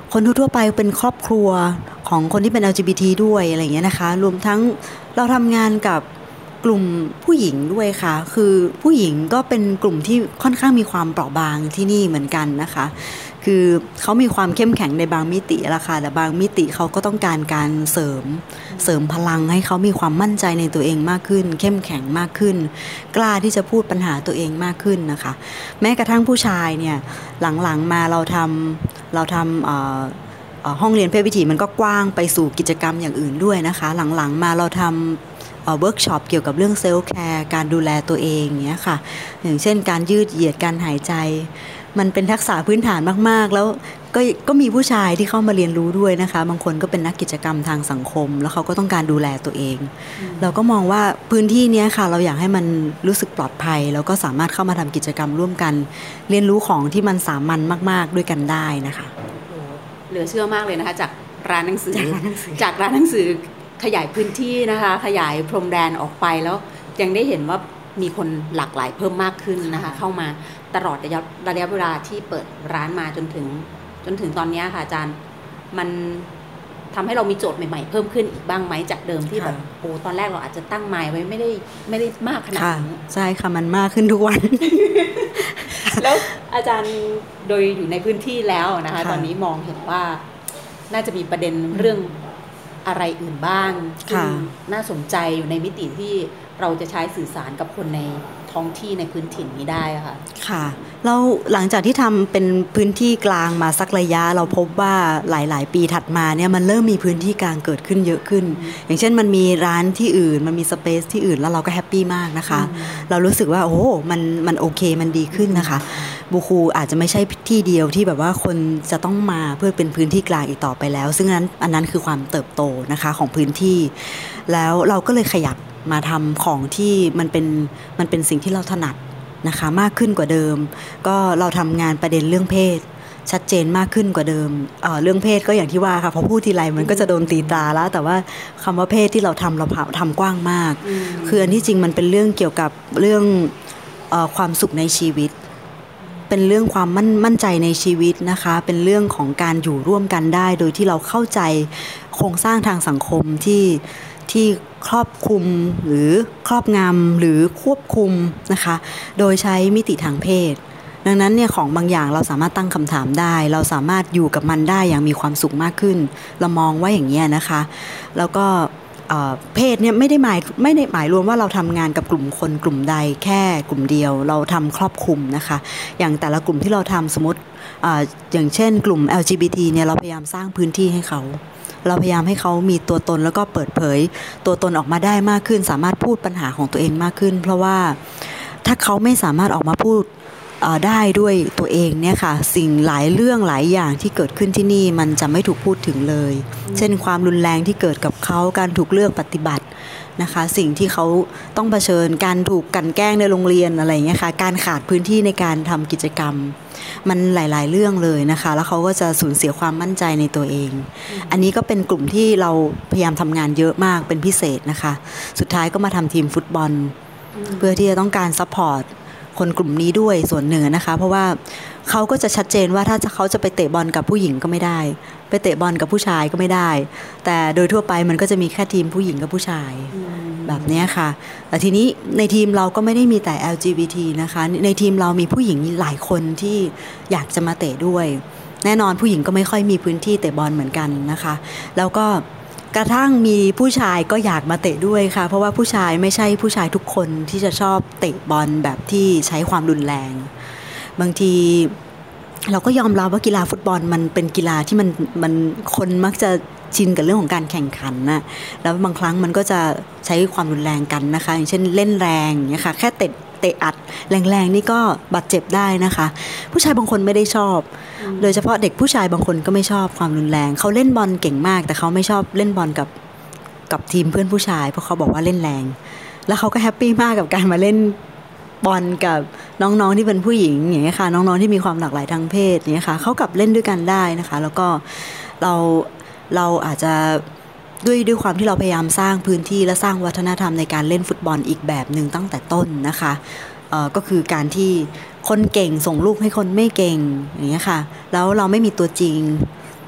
[SPEAKER 7] คนทั่วไปเป็นครอบครัวของคนที่เป็น แอล จี บี ที ด้วยอะไรอย่างเงี้ยนะคะรวมทั้งเราทำงานกับกลุ่มผู้หญิงด้วยค่ะคือผู้หญิงก็เป็นกลุ่มที่ค่อนข้างมีความเปราะบางที่นี่เหมือนกันนะคะคือเขามีความเข้มแข็งในบางมิติละค่ะแต่บางมิติเขาก็ต้องการการเสริมเสริมพลังให้เขามีความมั่นใจในตัวเองมากขึ้นเข้มแข็งมากขึ้นกล้าที่จะพูดปัญหาตัวเองมากขึ้นนะคะแม้กระทั่งผู้ชายเนี่ยหลังๆมาเราทำเราทำเอ่อห้องเรียนเพศวิถีมันก็กว้างไปสู่กิจกรรมอย่างอื่นด้วยนะคะหลังๆมาเราทำเวิร์กช็อปเกี่ยวกับเรื่องเซลฟ์แคร์การดูแลตัวเองเนี้ยค่ะอย่างเช่นการยืดเหยียดการหายใจมันเป็นทักษะพื้นฐานมากๆแล้วก็ก็มีผู้ชายที่เข้ามาเรียนรู้ด้วยนะคะบางคนก็เป็นนักกิจกรรมทางสังคมแล้วเขาก็ต้องการดูแลตัวเองเราก็มองว่าพื้นที่นี้ค่ะเราอยากให้มันรู้สึกปลอดภัยแล้วก็สามารถเข้ามาทำกิจกรรมร่วมกันเรียนรู้ของที่มันสามัญมากๆด้วยกันได้นะคะ
[SPEAKER 2] เหลือเชื่อมากเลยนะคะจากร้านหนังสือจากร้านหนังสือขยายพื้นที่นะคะขยายพรมแดนออกไปแล้วยังได้เห็นว่ามีคนหลากหลายเพิ่มมากขึ้นนะคะเข้ามาตลอดระยะระยะเวลาที่เปิดร้านมาจนถึงจนถึงตอนนี้ค่ะอาจารย์มันทำให้เรามีโจทย์ใหม่ๆเพิ่มขึ้นอีกบ้างไหมจากเดิมที่แบบโอ้ตอนแรกเราอาจจะตั้งไมล์ไว้ไม่ได้ไม่ได้มากขนาดนี้
[SPEAKER 7] ใช่ค่ะมันมากขึ้นทุกวัน
[SPEAKER 2] แล้วอาจารย์โดยอยู่ในพื้นที่แล้วนะคะตอนนี้มองเห็นว่าน่าจะมีประเด็นเรื่องอะไรอื่นบ้างที่น่าสนใจอยู่ในมิติที่เราจะใช้สื่อสารกับคนในท้องที่ในพื้นถิ่นนี้ได้ค่ะ
[SPEAKER 7] ค่ะเราหลังจากที่ทำเป็นพื้นที่กลางมาสักระยะเราพบว่าหลายๆปีถัดมาเนี่ยมันเริ่มมีพื้นที่กลางเกิดขึ้นเยอะขึ้นอย่างเช่นมันมีร้านที่อื่นมันมีสเปซที่อื่นแล้วเราก็แฮปปี้มากนะคะเรารู้สึกว่าโอ้มันมันโอเคมันดีขึ้นนะคะบูคูอาจจะไม่ใช่ที่เดียวที่แบบว่าคนจะต้องมาเพื่อเป็นพื้นที่กลางอีกต่อไปแล้วซึ่งนั้นอันนั้นคือความเติบโตนะคะของพื้นที่แล้วเราก็เลยขยับมาทำของที่มันเป็นมันเป็นสิ่งที่เราถนัดนะคะมากขึ้นกว่าเดิมก็เราทำงานประเด็นเรื่องเพศชัดเจนมากขึ้นกว่าเดิม เอ่อ เรื่องเพศก็อย่างที่ว่าค่ะพอพูดทีไรมันก็จะโดนตีตราแล้วแต่ว่าคำว่าเพศที่เราทำเราทำกว้างมากคืออันที่จริงมันเป็นเรื่องเกี่ยวกับเรื่องเอ่อความสุขในชีวิตเป็นเรื่องความมั่นมั่นใจในชีวิตนะคะเป็นเรื่องของการอยู่ร่วมกันได้โดยที่เราเข้าใจโครงสร้างทางสังคมที่ที่ครอบคลุมหรือครอบงำหรือควบคุมนะคะโดยใช้มิติทางเพศดังนั้นเนี่ยของบางอย่างเราสามารถตั้งคำถามได้เราสามารถอยู่กับมันได้อย่างมีความสุขมากขึ้นเรามองว่าอย่างนี้นะคะแล้วก็เพศเนี่ยไม่ได้หมายไม่ได้หมายรวมว่าเราทำงานกับกลุ่มคนกลุ่มใดแค่กลุ่มเดียวเราทำครอบคลุมนะคะอย่างแต่ละกลุ่มที่เราทำสมมติอย่างเช่นกลุ่ม แอล จี บี ที เนี่ยเราพยายามสร้างพื้นที่ให้เขาเราพยายามให้เขามีตัวตนแล้วก็เปิดเผยตัวตนออกมาได้มากขึ้นสามารถพูดปัญหาของตัวเองมากขึ้นเพราะว่าถ้าเขาไม่สามารถออกมาพูดได้ด้วยตัวเองเนี่ยค่ะสิ่งหลายเรื่องหลายอย่างที่เกิดขึ้นที่นี่มันจะไม่ถูกพูดถึงเลยเช่นความรุนแรงที่เกิดกับเขาการถูกเลือกปฏิบัตินะคะสิ่งที่เขาต้องเผชิญการถูกกลั่นแกล้งในโรงเรียนอะไรอย่างเงี้ยค่ะการขาดพื้นที่ในการทำกิจกรรมมันหลายๆเรื่องเลยนะคะแล้วเขาก็จะสูญเสียความมั่นใจในตัวเองอันนี้ก็เป็นกลุ่มที่เราพยายามทำงานเยอะมากเป็นพิเศษนะคะสุดท้ายก็มาทำทีมฟุตบอลเพื่อที่จะต้องการซัพพอร์ตคนกลุ่มนี้ด้วยส่วนหนึ่งนะคะเพราะว่าเขาก็จะชัดเจนว่าถ้าเขาจะไปเตะบอลกับผู้หญิงก็ไม่ได้ไปเตะบอลกับผู้ชายก็ไม่ได้แต่โดยทั่วไปมันก็จะมีแค่ทีมผู้หญิงกับผู้ชายแบบนี้ค่ะแต่ทีนี้ในทีมเราก็ไม่ได้มีแต่ แอล จี บี ที นะคะในทีมเรามีผู้หญิงหลายคนที่อยากจะมาเตะด้วยแน่นอนผู้หญิงก็ไม่ค่อยมีพื้นที่เตะบอลเหมือนกันนะคะแล้วก็กระทั่งมีผู้ชายก็อยากมาเตะด้วยค่ะเพราะว่าผู้ชายไม่ใช่ผู้ชายทุกคนที่จะชอบเตะบอลแบบที่ใช้ความรุนแรงบางทีเราก็ยอมรับว่ากีฬาฟุตบอลมันเป็นกีฬาที่มันมันคนมักจะชินกับเรื่องของการแข่งขันนะแล้วบางครั้งมันก็จะใช้ความรุนแรงกันนะคะอย่างเช่นเล่นแรงเนี่ยค่ะแค่เตะเตะอัดแรงๆนี่ก็บาดเจ็บได้นะคะผู้ชายบางคนไม่ได้ชอบโดยเฉพาะเด็กผู้ชายบางคนก็ไม่ชอบความรุนแรงเขาเล่นบอลเก่งมากแต่เขาไม่ชอบเล่นบอลกับกับทีมเพื่อนผู้ชายเพราะเขาบอกว่าเล่นแรงแล้วเขาก็แฮปปี้มากกับการมาเล่นบอลกับน้องๆที่เป็นผู้หญิงอย่างเงี้ยค่ะน้องๆที่มีความหลากหลายทางเพศอย่างเงี้ยค่ะเขากลับเล่นด้วยกันได้นะคะแล้วก็เราเราอาจจะด้วยด้วยความที่เราพยายามสร้างพื้นที่และสร้างวัฒนธรรมในการเล่นฟุตบอลอีกแบบนึงตั้งแต่ต้นนะคะเอ่อก็คือการที่คนเก่งส่งลูกให้คนไม่เก่งอย่างเงี้ยค่ะแล้วเราไม่มีตัวจริง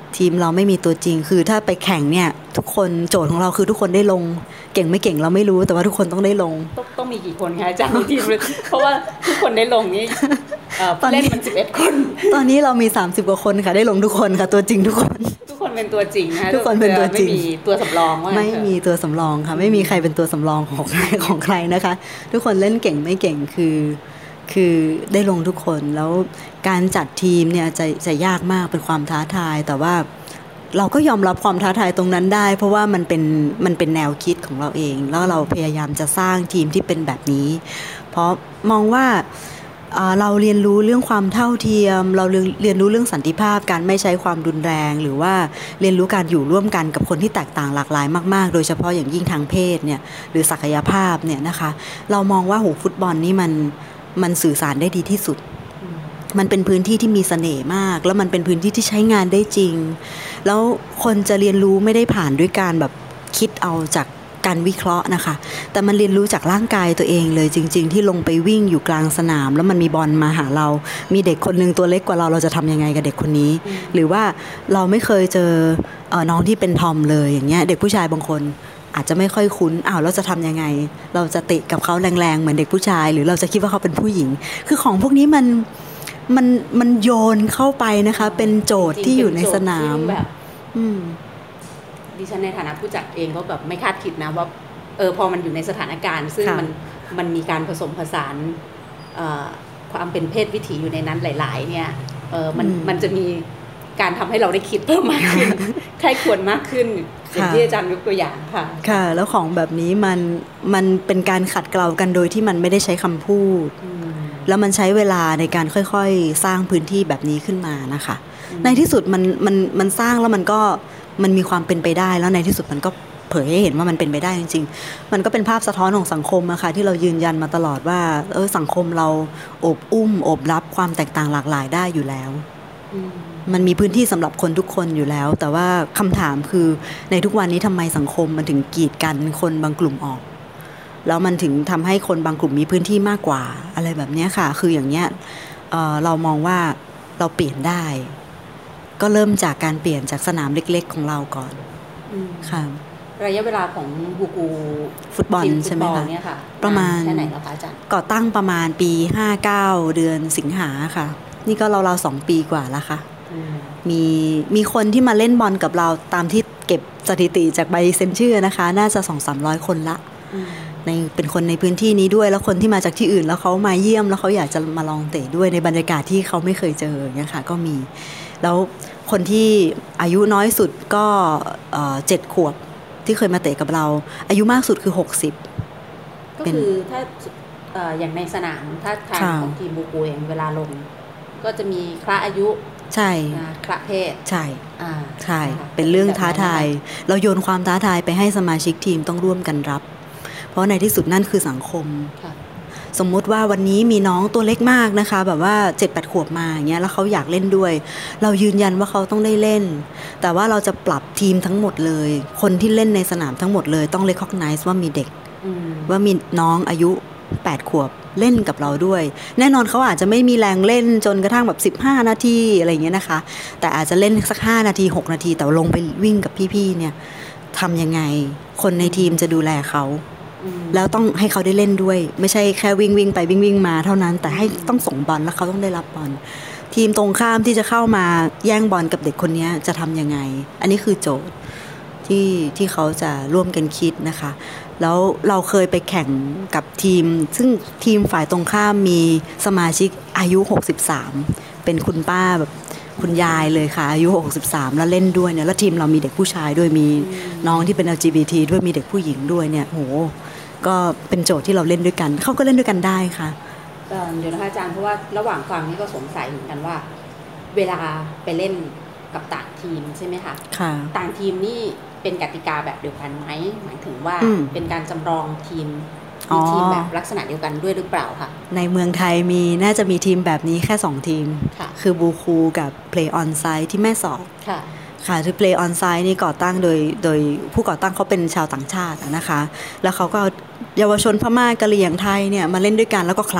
[SPEAKER 7] ทีมเราไม่มีตัวจริงคือถ้าไปแข่งเนี่ยทุกคนโจทย์ของเราคือทุกคนได้ลงเก่งไม่เก่งเราไม่รู้แต่ว่าทุกคนต้องได้ลง
[SPEAKER 2] ต้องต้องมีกี่คนคะอาจารย์ในทีมเพราะว่าทุกคนได้ลงนี่เล่นมันสิบเอ็ดคน
[SPEAKER 7] ตอนนี้เรามีสามสิบกว่าคนค่ะได้ลงทุกคนค่ะตัวจริงทุกคน
[SPEAKER 2] ทุกคนเป็นตัวจริงนะ
[SPEAKER 7] ทุกคนเป็นตัวจริง
[SPEAKER 2] ไม่มีตัวสำรองว่า
[SPEAKER 7] ไม่มีตัวสำรองค่ะไม่มีใครเป็นตัวสำรองของใครของใครนะคะทุกคนเล่นเก่งไม่เก่งคือคือได้ลงทุกคนแล้วการจัดทีมเนี่ยจะจะยากมากเป็นความท้าทายแต่ว่าเราก็ยอมรับความท้าทายตรงนั้นได้เพราะว่ามันเป็นมันเป็นแนวคิดของเราเองแล้วเราพยายามจะสร้างทีมที่เป็นแบบนี้เพราะมองว่าเราเรียนรู้เรื่องความเท่าเทียมเราเรียนรู้เรื่องสันติภาพการไม่ใช้ความรุนแรงหรือว่าเรียนรู้การอยู่ร่วมกันกับคนที่แตกต่างหลากหลายมากๆโดยเฉพาะอย่างยิ่งทางเพศเนี่ยหรือศักยภาพเนี่ยนะคะเรามองว่าโหฟุตบอลนี่มันมันสื่อสารได้ดีที่สุดมันเป็นพื้นที่ที่มีเสน่ห์มากแล้วมันเป็นพื้นที่ที่ใช้งานได้จริงแล้วคนจะเรียนรู้ไม่ได้ผ่านด้วยการแบบคิดเอาจากการวิเคราะห์นะคะแต่มันเรียนรู้จากร่างกายตัวเองเลยจริงๆที่ลงไปวิ่งอยู่กลางสนามแล้วมันมีบอลมาหาเรามีเด็กคนนึงตัวเล็กกว่าเราเราจะทำยังไงกับเด็กคนนี้หรือว่าเราไม่เคยเจอเอ่อน้องที่เป็นทอมเลยอย่างเงี้ยเด็กผู้ชายบางคนอาจจะไม่ค่อยคุ้นอ้าวเราจะทำยังไงเราจะเตะกับเขาแรงๆเหมือนเด็กผู้ชายหรือเราจะคิดว่าเขาเป็นผู้หญิงคือของพวกนี้มันมันมันโยนเข้าไปนะคะเป็นโจทย์ที่อยู่ในสนาม
[SPEAKER 2] แบบดิฉันในฐานะผู้จัดเองก็แบบไม่คาดคิดนะว่าเออพอมันอยู่ในสถานการณ์ซึ่งมันมันมีการผสมผสานความเป็นเพศวิถีอยู่ในนั้นหลายๆเนี่ยเออมันมันจะมีการทำให้เราได้คิดเพิ่มมากขึ้นใครควรมากขึ้นอย่างที่อาจารย์ยกตัวอย่างค่ะ
[SPEAKER 7] ค่ะแล้วของแบบนี้มันมันเป็นการขัดเกลากันโดยที่มันไม่ได้ใช้คำพูดแล้วมันใช้เวลาในการค่อยๆสร้างพื้นที่แบบนี้ขึ้นมานะคะในที่สุดมันมันมันสร้างแล้วมันก็มันมีความเป็นไปได้แล้วในที่สุดมันก็เผยให้เห็นว่ามันเป็นไปได้จริงๆมันก็เป็นภาพสะท้อนของสังคมอะค่ะที่เรายืนยันมาตลอดว่าเออสังคมเราอบอุ้มอบรับความแตกต่างหลากหลายได้อยู่แล้วมันมีพื้นที่สำหรับคนทุกคนอยู่แล้วแต่ว่าคำถามคือในทุกวันนี้ทำไมสังคมมันถึงกีดกันคนบางกลุ่มออกแล้วมันถึงทำให้คนบางกลุ่มมีพื้นที่มากกว่าอะไรแบบนี้ค่ะคืออย่างเนี้ย เอ่อ เรามองว่าเราเปลี่ยนได้ก็เริ่มจากการเปลี่ยนจากสนามเล็กๆของเราก่อนค่ะ
[SPEAKER 2] ระยะเวลาของบูกู
[SPEAKER 7] ฟุตบอลใช่ไหมคะประมาณ
[SPEAKER 2] แค่ไหนแล้วคะอาจารย์
[SPEAKER 7] ก่อตั้งประมาณปีห้าเก้าเดือนสิงหาค่ะนี่ก็เราๆสองปีกว่าแล้วค่ะมีมีคนที่มาเล่นบอลกับเราตามที่เก็บสถิติจากใบเซ็นชื่อนะคะน่าจะ สองถึงสามร้อย คนละในเป็นคนในพื้นที่นี้ด้วยแล้วคนที่มาจากที่อื่นแล้วเขามาเยี่ยมแล้วเขาอยากจะมาลองเตะด้วยในบรรยากาศที่เขาไม่เคยเจออย่างเงี้ยค่ะก็มีแล้วคนที่อายุน้อยสุดก็เจ็ดขวบที่เคยมาเตะกับเราอายุมากสุดคือหกสิบ
[SPEAKER 2] ก็คือถ้าอย่างในสนามถ้าทางของทีมบูกูเองเวลาลงก็จะมีคละอายุ
[SPEAKER 7] ใช่
[SPEAKER 2] คละเพศ
[SPEAKER 7] ใช่ใช่เป็นเรื่องท้าทายเราโยนความท้าทายไปให้สมาชิกทีมต้องร่วมกันรับเพราะในที่สุดนั่นคือสังคมสมมุติว่าวันนี้มีน้องตัวเล็กมากนะคะแบบว่า เจ็ดแปด ขวบมาอย่างเงี้ยแล้วเขาอยากเล่นด้วยเรายืนยันว่าเขาต้องได้เล่นแต่ว่าเราจะปรับทีมทั้งหมดเลยคนที่เล่นในสนามทั้งหมดเลยต้อง recognize ว่ามีเด็กว่ามีน้องอายุแปดขวบเล่นกับเราด้วยแน่นอนเขาอาจจะไม่มีแรงเล่นจนกระทั่งแบบสิบห้านาทีอะไรอย่างเงี้ยนะคะแต่อาจจะเล่นสักห้านาทีหกนาทีแต่ลงไปวิ่งกับพี่ๆเนี่ยทำยังไงคนในทีมจะดูแลเขาแล้วต้องให้เขาได้เล่นด้วยไม่ใช่แค่วิ่งวิ่งไปวิ่งวิ่งมาเท่านั้นแต่ให้ต้องส่งบอลแล้วเขาต้องได้รับบอลทีมตรงข้ามที่จะเข้ามาแย่งบอลกับเด็กคนนี้จะทำยังไงอันนี้คือโจทย์ที่ที่เขาจะร่วมกันคิดนะคะแล้วเราเคยไปแข่งกับทีมซึ่งทีมฝ่ายตรงข้ามมีสมาชิกอายุหกสิบสามเป็นคุณป้าแบบคุณยายเลยค่ะอายุหกสิบสามแล้วเล่นด้วยเนี่ยแล้วทีมเรามีเด็กผู้ชายด้วยมีน้องที่เป็น แอล จี บี ที ด้วยมีเด็กผู้หญิงด้วยเนี่ยโหก็เป็นโจทย์ที่เราเล่นด้วยกันเขาก็เล่นด้วยกันได้ค่ะ
[SPEAKER 2] เดี๋ยวนะคะอาจารย์เพราะว่าระหว่างฟังนี่ก็สงสัยเหมือนกันว่าเวลาไปเล่นกับต่างทีมใช่ไหมคะ
[SPEAKER 7] ค่ะ
[SPEAKER 2] ต่างทีมนี่เป็นกติกาแบบเดียวกันไหมหมายถึงว่าเป็นการจำลองทีมมีทีมแบบลักษณะเดียวกันด้วยหรือเปล่าคะ
[SPEAKER 7] ในเมืองไทยมีน่าจะมีทีมแบบนี้แค่สองทีมคือบูคูกับ Play On Site ที่แม่สอด
[SPEAKER 2] ค่ะ
[SPEAKER 7] ค่ะคือ Play On Site นี่ก่อตั้งโดยโดยผู้ก่อตั้งเขาเป็นชาวต่างชาตินะคะแล้วเขาก็เอาเยาวชนพม่ากะเหรี่ยงไทยเนี่ยมาเล่นด้วยกันแล้วก็คละ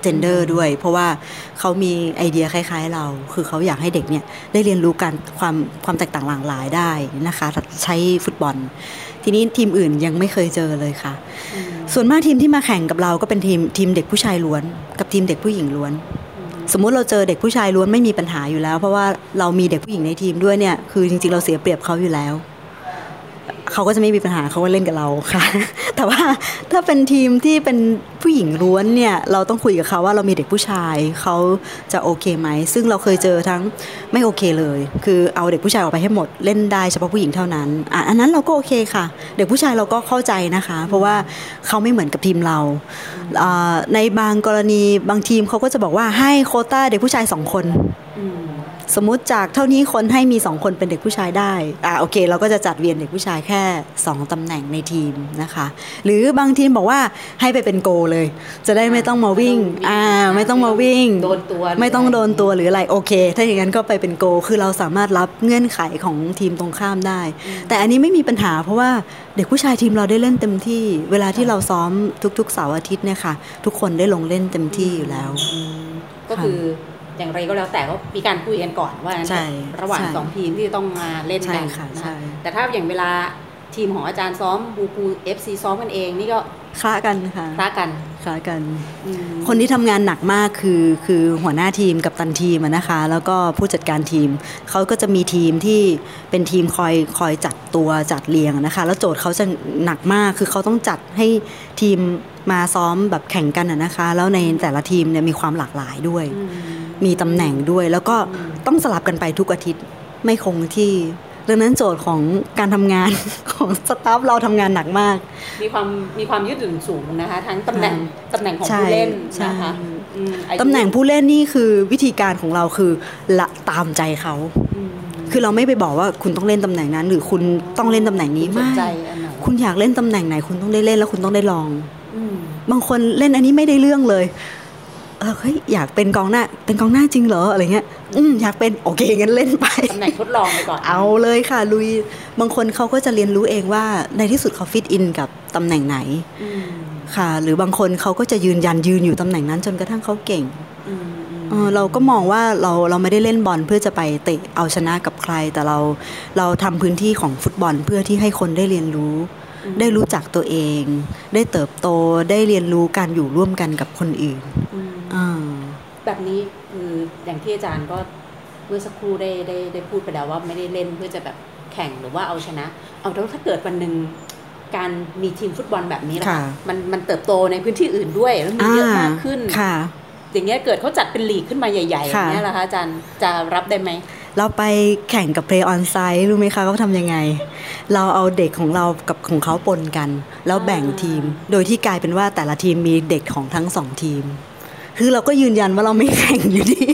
[SPEAKER 7] เจนเดอร์ด้วยเพราะว่าเขามีไอเดียคล้ายๆเราคือเขาอยากให้เด็กเนี่ยได้เรียนรู้การความความแตกต่างหลากหลายได้นะคะใช้ฟุตบอลทีนี้ทีมอื่นยังไม่เคยเจอเลยค่ะส่วนมากทีมที่มาแข่งกับเราก็เป็นทีมทีมเด็กผู้ชายล้วนกับทีมเด็กผู้หญิงล้วนสมมุติเราเจอเด็กผู้ชายล้วนไม่มีปัญหาอยู่แล้วเพราะว่าเรามีเด็กผู้หญิงในทีมด้วยเนี่ยคือจริงๆเราเสียเปรียบเขาอยู่แล้วเขาก็จะไม่มีปัญหาเขาก็เล่นกับเราค่ะแต่ว่าถ้าเป็นทีมที่เป็นผู้หญิงล้วนเนี่ยเราต้องคุยกับเขาว่าเรามีเด็กผู้ชายเขาจะโอเคไหมซึ่งเราเคยเจอทั้งไม่โอเคเลยคือเอาเด็กผู้ชายออกไปให้หมดเล่นได้เฉพาะผู้หญิงเท่านั้นอ่ะอันนั้นเราก็โอเคค่ะเด็กผู้ชายเราก็เข้าใจนะคะเพราะว่าเขาไม่เหมือนกับทีมเราในบางกรณีบางทีมเขาก็จะบอกว่าให้โควต้าเด็กผู้ชายสองคนสมมุติจากเท่านี้คนให้มีสองคนเป็นเด็กผู้ชายได้อ่าโอเคเราก็จะจัดเวียนเด็กผู้ชายแค่สองตำแหน่งในทีมนะคะหรือบางทีมบอกว่าให้ไปเป็นโกเลยจะได้ไม่ต้องมาวิ่งอ่าไม่ต้องมาวิ่ง
[SPEAKER 2] โดนตัว
[SPEAKER 7] ไม่ต้องโดนตัวหรืออะไรโอเคถ้าอย่างนั้นก็ไปเป็นโกคือเราสามารถรับเงื่อนไขของทีมตรงข้ามได้แต่อันนี้ไม่มีปัญหาเพราะว่าเด็กผู้ชายทีมเราได้เล่นเต็มที่เวลาที่เราซ้อมทุกๆเสาร์อาทิตย์เนี่ยค่ะทุกคนได้ลงเล่นเต็มที่อยู่แล้ว
[SPEAKER 2] ก็คืออย่างไรก็แล้วแต่ก็มีการคุยกันก่อนว่าระหว่างสองทีมที่ต้องมาเล่นกันนะแต่ถ้าอย่างเวลาทีมของอาจารย์ซ้อมบูปู เอฟ ซี ซ้อมกันเองนี่ก็
[SPEAKER 7] คล้ากันค่ะ
[SPEAKER 2] คล้ากัน
[SPEAKER 7] คล้ากันคนที่ทำงานหนักมากคือคือหัวหน้าทีมกับตันทีมนะคะแล้วก็ผู้จัดการทีมเขาก็จะมีทีมที่เป็นทีมคอยคอยจัดตัวจัดเรียงนะคะแล้วโจทย์เขาจะหนักมากคือเขาต้องจัดให้ทีมมาซ้อมแบบแข่งกันนะคะแล้วในแต่ละทีมเนี่ยมีความหลากหลายด้วยมีตำแหน่งด้วยแล้วก็ต้องสลับกันไปทุกอาทิตย์ไม่คงที่ดังนั้นโจทย์ของการทำงานของสตาฟเราทำงานหนักมาก
[SPEAKER 2] มีความมีความยืดหยุ่นสูงนะคะทั้งตำแหน่งตำแหน่งของผู้เล่นนะคะ
[SPEAKER 7] ตำแหน่งผู้เล่นนี่คือวิธีการของเราคือละตามใจเขาคือเราไม่ไปบอกว่าคุณต้องเล่นตำแหน่งนั้นหรือคุณต้องเล่นตำแหน่งนี้ไม่คุณอยากเล่นตำแหน่งไหนคุณต้องได้เล่นแล้วคุณต้องได้ลองบางคนเล่นอันนี้ไม่ได้เรื่องเลยเออเฮ้ยอยากเป็นกองหน้าเป็นกองหน้าจริงเหรออะไรเงี้ยอืมอยากเป็นโอเคงั้นเล่นไป
[SPEAKER 2] ตำแหน่งทดลองไปก่อน
[SPEAKER 7] เอาเลยค่ะลุยบางคนเขาก็จะเรียนรู้เองว่าในที่สุดเขาฟิตอินกับตำแหน่งไหนค่ะหรือบางคนเขาก็จะยืนยันยืนอยู่ตำแหน่งนั้นจนกระทั่งเขาเก่งเออเราก็มองว่าเราเราไม่ได้เล่นบอลเพื่อจะไปเตะเอาชนะกับใครแต่เราเราทำพื้นที่ของฟุตบอลเพื่อที่ให้คนได้เรียนรู้ได้รู้จักตัวเองได้เติบโตได้เรียนรู้การอยู่ร่วมกันกับคนอื่น
[SPEAKER 2] แบบนี้คืออย่างที่อาจารย์ก็เมื่อสักครู่ได้ได้ได้พูดไปแล้วว่าไม่ได้เล่นเพื่อจะแบบแข่งหรือว่าเอาชนะเอาแล้วถ้าเกิดวันหนึ่งการมีทีมฟุตบอลแบบนี้ล่ะมันมันเติบโตในพื้นที่อื่นด้วยแล้วมีเยอะมากขึ้นอย่างเงี้ยเกิดเขาจัดเป็นลีกขึ้นมาใหญ่ๆอย่างเงี้ยล่ะคะอาจารย์จะรับได้ไหม
[SPEAKER 7] เราไปแข่งกับ Play on Site รู้ไหมคะเขาทำยังไงเราเอาเด็กของเรากับของเขาปนกันแล้วแบ่งทีมโดยที่กลายเป็นว่าแต่ละทีมมีเด็กของทั้งสองทีมคือเราก็ยืนยันว่าเราไม่แข่งอยู่ดี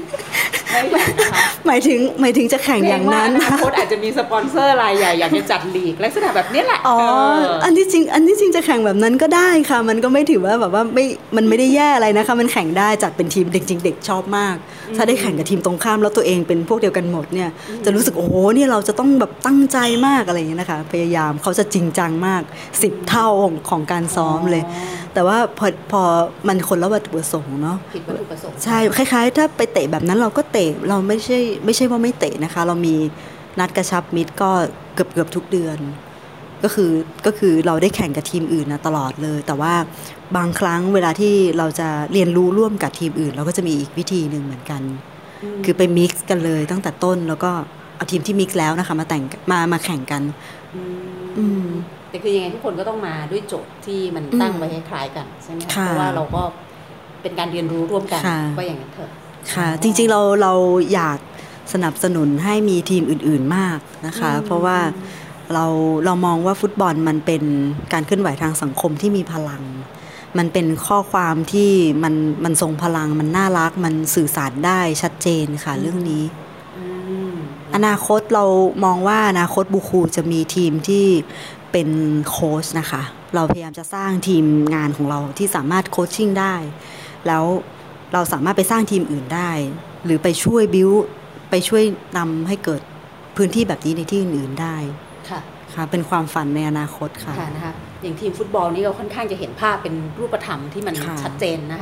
[SPEAKER 7] หมายถึงหมายถึงจะแข่งอย่างนั้น
[SPEAKER 2] นะโค้ชอาจจะมีสปอนเซอร์รายใหญ่อยากจะจัดลีกลักษณะแบบนี้แหละ
[SPEAKER 7] อ๋ออันที่จริงอันที่จริงจะแข่งแบบนั้นก็ได้ค่ะมันก็ไม่ถือว่าแบบว่าไม่มันไม่ได้แย่อะไรนะคะมันแข่งได้จัดเป็นทีมเด็กจริงเด็กชอบมากถ้าได้แข่งกับทีมตรงข้ามแล้วตัวเองเป็นพวกเดียวกันหมดเนี่ยจะรู้สึกโอ้โหเนี่ยเราจะต้องแบบตั้งใจมากอะไรอย่างเงี้ยนะคะพยายามเขาจะจริงจังมากสิบเท่าของการซ้อมเลยแต่ว่าพอพอมันคนละวัตถุประสงค์เนาะ
[SPEAKER 2] ผิดวัตถุประสงค์
[SPEAKER 7] ใช่คล้ายๆถ้าไปเตะแบบนั้นเราก็เตะเราไม่ใช่ไม่ใช่ว่าไม่เตะนะคะเรามีนัดกระชับมิตรก็เกือบเกือบทุกเดือนก็คือก็คือเราได้แข่งกับทีมอื่นนะตลอดเลยแต่ว่าบางครั้งเวลาที่เราจะเรียนรู้ร่วมกับทีมอื่นเราก็จะมีอีกวิธีหนึ่งเหมือนกันคือไปมิกซ์กันเลยตั้งแต่ต้นแล้วก็เอาทีมที่มิกซ์แล้วนะคะมาแต่งมามาแข่งกัน
[SPEAKER 2] อืมแต่คือยังไงทุกคนก็ต้องมาด้วยโจทย์ที่มันตั้งไว้คล้ายๆกันใช่ไหมเพราะว่าเราก็เป็นการเรียนรู้ร่วมกันก็อย่างนั้นเถอะ
[SPEAKER 7] ค่ะจริงๆเราเราอยากสนับสนุนให้มีทีมอื่นๆมากนะคะเพราะว่าเราเรามองว่าฟุตบอลมันเป็นการเคลื่อนไหวทางสังคมที่มีพลังมันเป็นข้อความที่มันมันทรงพลังมันน่ารักมันสื่อสารได้ชัดเจนค่ะเรื่องนี้อนาคตเรามองว่าอนาคตบูคูจะมีทีมที่เป็นโค้ชนะคะเราพยายามจะสร้างทีมงานของเราที่สามารถโคชชิ่งได้แล้วเราสามารถไปสร้างทีมอื่นได้หรือไปช่วยบิวไปช่วยนำให้เกิดพื้นที่แบบนี้ในที่อื่นๆได้ค่ะค่ะเป็นความฝันในอนาคตค่ะ
[SPEAKER 2] ค่ะนะคะอย่างทีมฟุตบอลนี่เราค่อนข้างจะเห็นภาพเป็นรูปธรรมที่มันชัดเจนนะคะ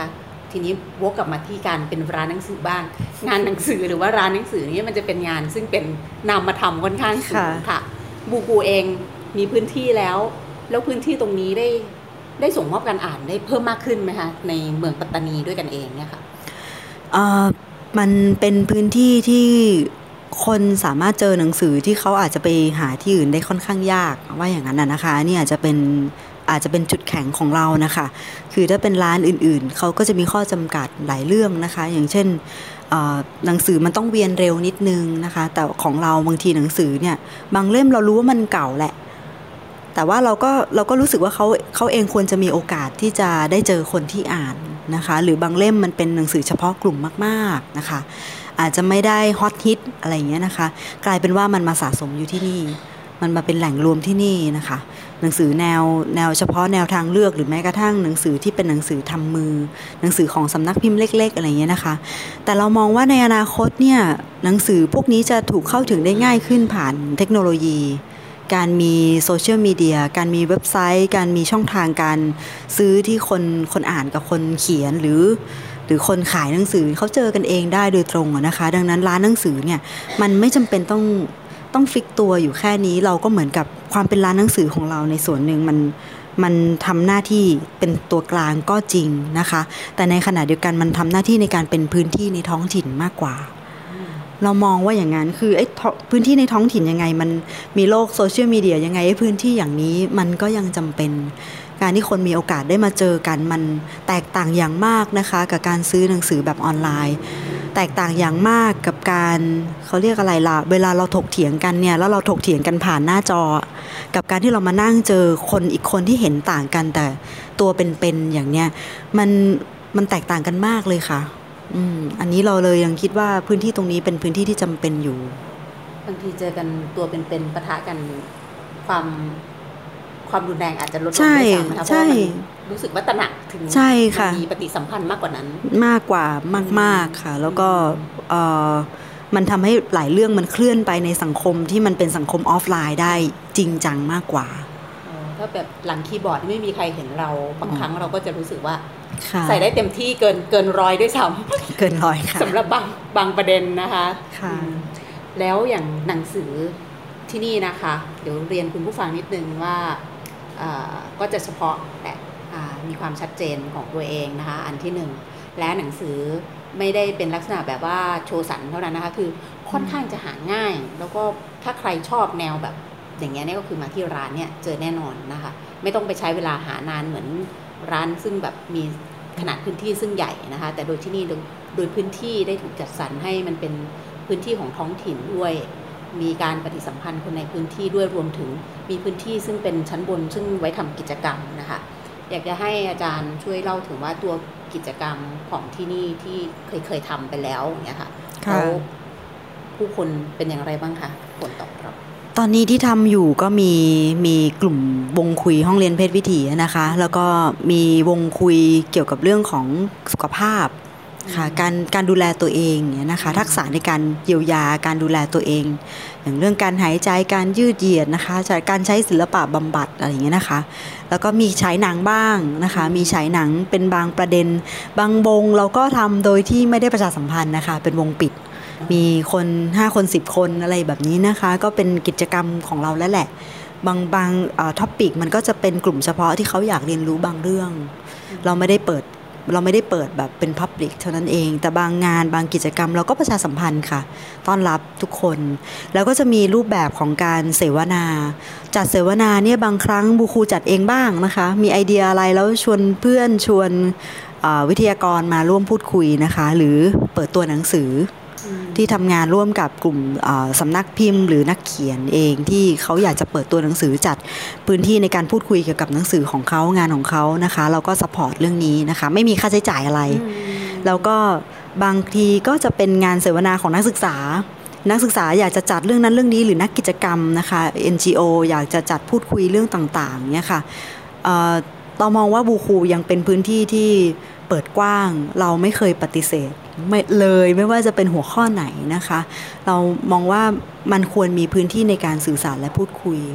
[SPEAKER 2] ทีนี้วกกลับมาที่การเป็นร้านหนังสือบ้างงานหนังสือหรือว่าร้านหนังสือนี่มันจะเป็นงานซึ่งเป็นนามธรรมค่อนข้างสูงค่ะบูกูเองมีพื้นที่แล้วแล้วพื้นที่ตรงนี้ได้ได้ส่งมอบการอ่านได้เพิ่มมากขึ้นไหมคะในเมืองปัตตานีด้วยกันเองเนี่ยค่ะ
[SPEAKER 7] เอ่อมันเป็นพื้นที่ที่คนสามารถเจอหนังสือที่เขาอาจจะไปหาที่อื่นได้ค่อนข้างยากว่าอย่างนั้นนะคะนี่อาจจะเป็นอาจจะเป็นจุดแข็งของเรานะคะคือถ้าเป็นร้านอื่นๆเขาก็จะมีข้อจำกัดหลายเรื่องนะคะอย่างเช่นหนังสือมันต้องเวียนเร็วนิดนึงนะคะแต่ของเราบางทีหนังสือเนี่ยบางเล่มเรารู้ว่ามันเก่าแหละแต่ว่าเราก็เราก็รู้สึกว่าเขาเขาเองควรจะมีโอกาสที่จะได้เจอคนที่อ่านนะคะหรือบางเล่มมันเป็นหนังสือเฉพาะกลุ่มมากๆนะคะอาจจะไม่ได้ฮอตฮิตอะไรอย่างเงี้ยนะคะกลายเป็นว่ามันมาสะสมอยู่ที่นี่มันมาเป็นแหล่งรวมที่นี่นะคะหนังสือแนวแนวเฉพาะแนวทางเลือกหรือแม้กระทั่งหนังสือที่เป็นหนังสือทำมือหนังสือของสำนักพิมพ์เล็กๆอะไรอย่างเงี้ยนะคะแต่เรามองว่าในอนาคตเนี่ยหนังสือพวกนี้จะถูกเข้าถึงได้ง่ายขึ้นผ่านเทคโนโลยีการมีโซเชียลมีเดียการมีเว็บไซต์การมีช่องทางการซื้อที่คนคนอ่านกับคนเขียนหรือหรือคนขายหนังสือเขาเจอกันเองได้โดยตรงนะคะดังนั้นร้านหนังสือเนี่ยมันไม่จำเป็นต้องต้องฟิกตัวอยู่แค่นี้เราก็เหมือนกับความเป็นร้านหนังสือของเราในส่วนหนึ่งมันมันทำหน้าที่เป็นตัวกลางก็จริงนะคะแต่ในขณะเดียวกันมันทำหน้าที่ในการเป็นพื้นที่ในท้องถิ่นมากกว่าเรามองว่าอย่างนั้นคือไอ้พื้นที่ในท้องถิ่นยังไงมันมีโลกโซเชียลมีเดียยังไงไอ้พื้นที่อย่างนี้มันก็ยังจำเป็นการที่คนมีโอกาสได้มาเจอกันมันแตกต่างอย่างมากนะคะกับการซื้อหนังสือแบบออนไลน์แตกต่างอย่างมากกับการเขาเรียกอะไรล่ะเวลาเราถกเถียงกันเนี่ยแล้วเราถกเถียงกันผ่านหน้าจอกับการที่เรามานั่งเจอคนอีกคนที่เห็นต่างกันแต่ตัวเป็นๆอย่างเนี้ยมันมันแตกต่างกันมากเลยค่ะอืมอันนี้เราเลยยังคิดว่าพื้นที่ตรงนี้เป็นพื้นที่ที่จำเป็นอยู่
[SPEAKER 2] บางทีเจอกันตัวเป็นๆปะทะกันความความรุนแรงอาจจะลดลงด้วยซ้ำนะคะเพราะว่ามันรู้สึกว่าตระหนักถึงมีปฏิสัมพันธ์มากกว่านั้น
[SPEAKER 7] มากกว่ามากๆค่ะแล้วก็เอ่อมันทำให้หลายเรื่องมันเคลื่อนไปในสังคมที่มันเป็นสังคมออฟไลน์ได้จริงจังมากกว่า
[SPEAKER 2] ถ้าแบบหลังคีย์บอร์ดไม่มีใครเห็นเราบางครั้งเราก็จะรู้สึกว่าใส่ได้เต็มที่เกินเกินร้อยด้วยซ้
[SPEAKER 7] ำเกินร้อยค่ะ
[SPEAKER 2] สำหรับบางบางประเด็นนะคะค่ะแล้วอย่างหนังสือที่นี่นะคะเดี๋ยวเรียนคุณผู้ฟังนิดนึงว่าก็จะเฉพาะแต่มีความชัดเจนของตัวเองนะคะอันที่หนึ่งและหนังสือไม่ได้เป็นลักษณะแบบว่าโชว์สันเท่านั้นนะคะคือค่อนข้างจะหาง่ายแล้วก็ถ้าใครชอบแนวแบบอย่างเงี้ยเนี่ยก็คือมาที่ร้านเนี่ยเจอแน่นอนนะคะไม่ต้องไปใช้เวลาหานานเหมือนร้านซึ่งแบบมีขนาดพื้นที่ซึ่งใหญ่นะคะแต่โดยที่นี่โดยพื้นที่ได้ถูกจัดสรรให้มันเป็นพื้นที่ของท้องถิ่นด้วยมีการปฏิสัมพันธ์คนในพื้นที่ด้วยรวมถึงมีพื้นที่ซึ่งเป็นชั้นบนซึ่งไว้ทำกิจกรรมนะคะอยากจะให้อาจารย์ช่วยเล่าถึงว่าตัวกิจกรรมของที่นี่ที่เคยเคยทำไปแล้วเนี่ยค่ะแล้วผู้คนเป็นอย่างไรบ้างคะผลตอบรับ
[SPEAKER 7] ตอนนี้ที่ทำอยู่ก็มีมีกลุ่มวงคุยห้องเรียนเพศวิถีนะคะแล้วก็มีวงคุยเกี่ยวกับเรื่องของสุขภาพค่ะการการดูแลตัวเองเนี่ยนะคะทักษะในการเยียวยาการดูแลตัวเองอย่างเรื่องการหายใจการยืดเหยียดนะคะการใช้ศิลปะบำบัดอะไรอย่างเงี้ยนะคะแล้วก็มีฉายหนังบ้างนะคะมีฉายหนังเป็นบางประเด็นบางวงเราก็ทำโดยที่ไม่ได้ประชาสัมพันธ์นะคะเป็นวงปิดมีคนห้าคนสิบคนอะไรแบบนี้นะคะก็เป็นกิจกรรมของเราแล้วแหละบางบางท็อปิกมันก็จะเป็นกลุ่มเฉพาะที่เขาอยากเรียนรู้บางเรื่องเราไม่ได้เปิดเราไม่ได้เปิดแบบเป็น Public เท่านั้นเองแต่บางงานบางกิจกรรมเราก็ประชาสัมพันธ์ค่ะต้อนรับทุกคนแล้วก็จะมีรูปแบบของการเสวนาจัดเสวนาเนี่ยบางครั้งบูครูจัดเองบ้างนะคะมีไอเดียอะไรแล้วชวนเพื่อนชวนวิทยากรมาร่วมพูดคุยนะคะหรือเปิดตัวหนังสือที่ทำงานร่วมกับกลุ่มสำนักพิมพ์หรือนักเขียนเองที่เขาอยากจะเปิดตัวหนังสือจัดพื้นที่ในการพูดคุยเกี่ยวกับหนังสือของเขางานของเขานะคะเราก็ซัพพอร์ตเรื่องนี้นะคะไม่มีค่าใช้จ่ายอะไรแล้วก็บางทีก็จะเป็นงานเสวนาของนักศึกษานักศึกษาอยากจะจัดเรื่องนั้นเรื่องนี้หรือนักกิจกรรมนะคะ เอ็น จี โอ อยากจะจัดพูดคุยเรื่องต่างๆเนี่ยค่ะเรามองว่าบูครูยังเป็นพื้นที่ที่เปิดกว้างเราไม่เคยปฏิเสธไม่เลยไม่ว่าจะเป็นหัวข้อไหนนะคะเรามองว่ามันควรมีพื้นที่ในการสื่อสารและพูดคุยเพ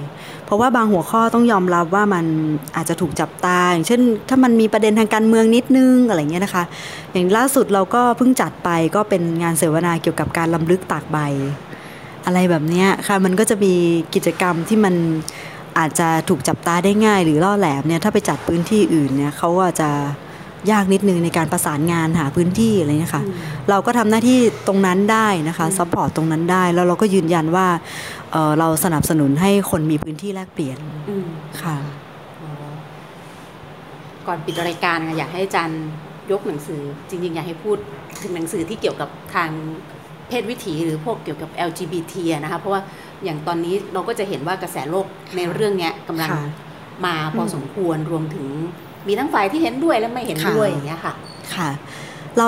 [SPEAKER 7] ราะว่าบางหัวข้อต้องยอมรับว่ามันอาจจะถูกจับตาอย่างเช่นถ้ามันมีประเด็นทางการเมืองนิดนึงอะไรเงี้ยนะคะอย่างล่าสุดเราก็เพิ่งจัดไปก็เป็นงานเสวนาเกี่ยวกับการรำลึกตากใบอะไรแบบนี้ค่ะมันก็จะมีกิจกรรมที่มันอาจจะถูกจับตาได้ง่ายหรือล่อแหลมเนี่ยถ้าไปจัดพื้นที่อื่นเนี่ยเขาก็จะยากนิดนึงในการประสานงานหาพื้นที่อะไรเงี้ยค่ะเราก็ทำหน้าที่ตรงนั้นได้นะคะซัพพอร์ตตรงนั้นได้แล้วเราก็ยืนยันว่า เอ่อ เราสนับสนุนให้คนมีพื้นที่แลกเปลี่ยนค่ะ
[SPEAKER 2] ก่อนปิดรายการอยากให้อาจารย์ยกหนังสือจริงๆอยากให้พูดถึงหนังสือที่เกี่ยวกับทางเพศวิถีหรือพวกเกี่ยวกับ แอล จี บี ที นะคะเพราะว่าอย่างตอนนี้เราก็จะเห็นว่ากระแสโลกในเรื่องนี้กำลังมาพอสมควรรวมถึงมีทั้งฝ่ายที่เห็นด้วยและไม่เห็นด้วยอย่างเงี้ยค่ะ
[SPEAKER 7] ค่ะเรา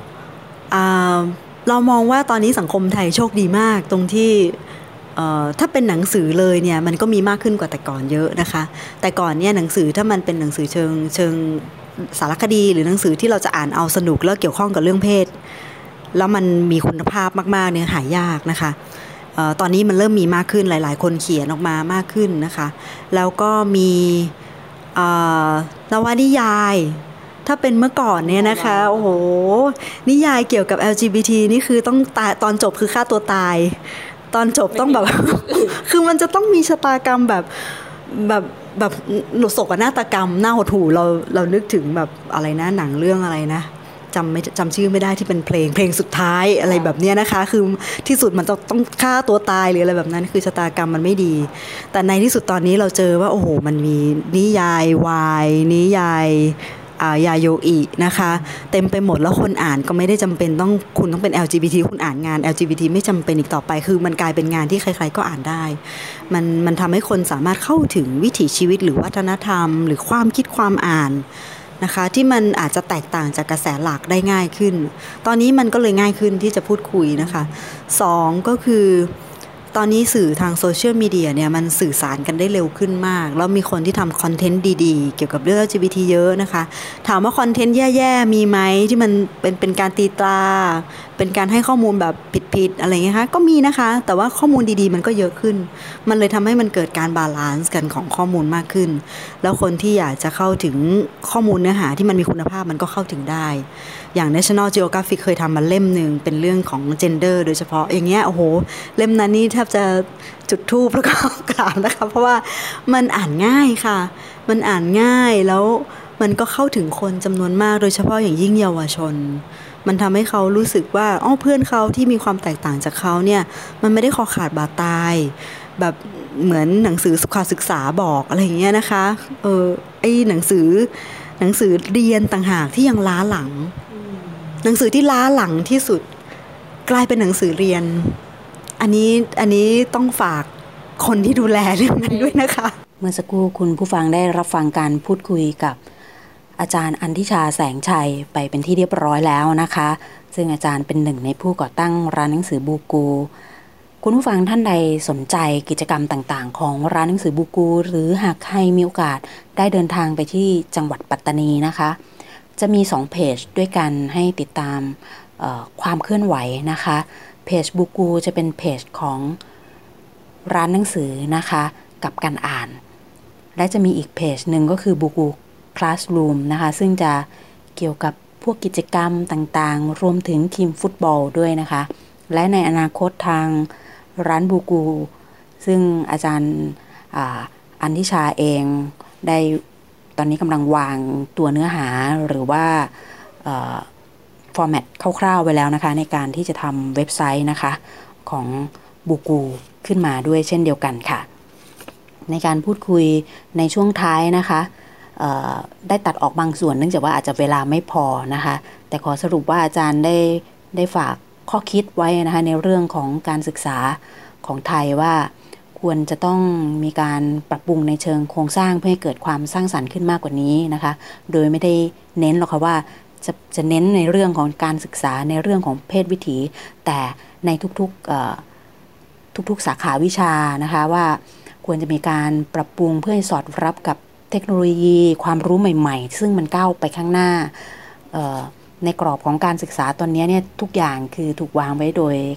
[SPEAKER 7] เรามองว่าตอนนี้สังคมไทยโชคดีมากตรงที่ถ้าเป็นหนังสือเลยเนี่ยมันก็มีมากขึ้นกว่าแต่ก่อนเยอะนะคะแต่ก่อนเนี่ยหนังสือถ้ามันเป็นหนังสือเชิงเชิงสารคดีหรือหนังสือที่เราจะอ่านเอาสนุกแล้วเกี่ยวข้องกับเรื่องเพศแล้วมันมีคุณภาพมากๆเนี่ยหายากนะคะตอนนี้มันเริ่มมีมากขึ้นหลายๆคนเขียนออกมามากขึ้นนะคะแล้วก็มีนวนิยายถ้าเป็นเมื่อก่อนเนี่ยนะคะโอ้โหนิยายเกี่ยวกับ แอล จี บี ที นี่คือต้องตายตอนจบคือฆ่าตัวตายตอนจบต้องแบบ คือมันจะต้องมีชะตากรรมแบบแบบแบบหนุโศกนาฏกรรมหน้าหดหู่เราเรานึกถึงแบบอะไรนะหนังเรื่องอะไรนะจำไม่จำชื่อไม่ได้ที่เป็นเพลงเพลงสุดท้ายอะไรแบบนี้นะคะคือที่สุดมันจะต้องฆ่าตัวตายหรืออะไรแบบนั้นคือชะตากรรมมันไม่ดีแต่ในที่สุดตอนนี้เราเจอว่าโอ้โหมันมีนิยายวายนิยายยาโยอินะคะเต็มไปหมดแล้วคนอ่านก็ไม่ได้จำเป็นต้องคุณต้องเป็น แอล จี บี ที คุณอ่านงาน แอล จี บี ที ไม่จำเป็นอีกต่อไปคือมันกลายเป็นงานที่ใครๆก็อ่านได้มันมันทำให้คนสามารถเข้าถึงวิถีชีวิตหรือวัฒนธรรมหรือความคิดความอ่านนะคะที่มันอาจจะแตกต่างจากกระแสหลักได้ง่ายขึ้นตอนนี้มันก็เลยง่ายขึ้นที่จะพูดคุยนะคะสองก็คือตอนนี้สื่อทางโซเชียลมีเดียเนี่ยมันสื่อสารกันได้เร็วขึ้นมากแล้วมีคนที่ทำคอนเทนต์ดีๆเกี่ยวกับเรื่อง แอล จี บี ที เยอะนะคะถามว่าคอนเทนต์แย่ๆมีไหมที่มันเป็นเป็นการตีตราเป็นการให้ข้อมูลแบบผิดๆอะไรเงี้ยคะก็มีนะคะแต่ว่าข้อมูลดีๆมันก็เยอะขึ้นมันเลยทำให้มันเกิดการบาลานซ์กันของข้อมูลมากขึ้นแล้วคนที่อยากจะเข้าถึงข้อมูลเนื้อหาที่มันมีคุณภาพมันก็เข้าถึงได้อย่าง National Geographic เคยทำมาเล่มนึงเป็นเรื่องของ gender โดยเฉพาะอย่างเงี้ยโอ้โหเล่มนั้นนี่แทบจะจุดธูปแล้วก็กราบนะคะเพราะว่ามันอ่านง่ายค่ะมันอ่านง่ายแล้วมันก็เข้าถึงคนจำนวนมากโดยเฉพาะอย่างยิ่งเยาวชนมันทำให้เขารู้สึกว่าอ้อเพื่อนเขาที่มีความแตกต่างจากเขาเนี่ยมันไม่ได้คอขาดบาดตายแบบเหมือนหนังสือสุขศึกษาบอกอะไรอย่างเงี้ยนะคะเออไอหนังสือหนังสือเรียนต่างหากที่ยังล้าหลังหนังสือที่ล้าหลังที่สุดกลายเป็นหนังสือเรียนอันนี้อันนี้ต้องฝากคนที่ดูแลเรื่องนั้นด้วยนะคะ
[SPEAKER 2] เมื่อสักครู่คุณผู้ฟังได้รับฟังการพูดคุยกับอาจารย์อันทิชาแสงชัยไปเป็นที่เรียบร้อยแล้วนะคะซึ่งอาจารย์เป็นหนึ่งในผู้ก่อตั้งร้านหนังสือบูกูคุณผู้ฟังท่านใดสนใจกิจกรรมต่างๆของร้านหนังสือบูกูหรือหากใครมีโอกาสได้เดินทางไปที่จังหวัดปัตตานีนะคะจะมีสองเพจด้วยกันให้ติดตามความเคลื่อนไหวนะคะเพจบูกูจะเป็นเพจของร้านหนังสือนะคะกับการอ่านและจะมีอีกเพจหนึ่งก็คือบูกูคลาสรูมนะคะซึ่งจะเกี่ยวกับพวกกิจกรรมต่างๆรวมถึงทีมฟุตบอลด้วยนะคะและในอนาคตทางร้านบูกูซึ่งอาจารย์อ่าอันทิชาเองได้ตอนนี้กำลังวางตัวเนื้อหาหรือว่าฟอร์แมตคร่าวๆไว้แล้วนะคะในการที่จะทำเว็บไซต์นะคะของบูกูขึ้นมาด้วยเช่นเดียวกันค่ะในการพูดคุยในช่วงท้ายนะคะได้ตัดออกบางส่วนเนื่องจากว่าอาจจะเวลาไม่พอนะคะแต่ขอสรุปว่าอาจารย์ได้ได้ฝากข้อคิดไว้นะคะในเรื่องของการศึกษาของไทยว่าควรจะต้องมีการปรับปรุงในเชิงโครงสร้างเพื่อให้เกิดความสร้างสรรค์ขึ้นมากกว่านี้นะคะโดยไม่ได้เน้นหรอกค่ะว่าจะจะเน้นในเรื่องของการศึกษาในเรื่องของเพศวิถีแต่ในทุกๆทุกๆสาขาวิชานะคะว่าควรจะมีการปรับปรุงเพื่อให้สอดรับกับเทคโนโลยีความรู้ใหม่ๆซึ่งมันก้าวไปข้างหน้าในกรอบของการศึกษาตอนนี้เนี่ยทุกอย่างคือถูกวางไว้โดย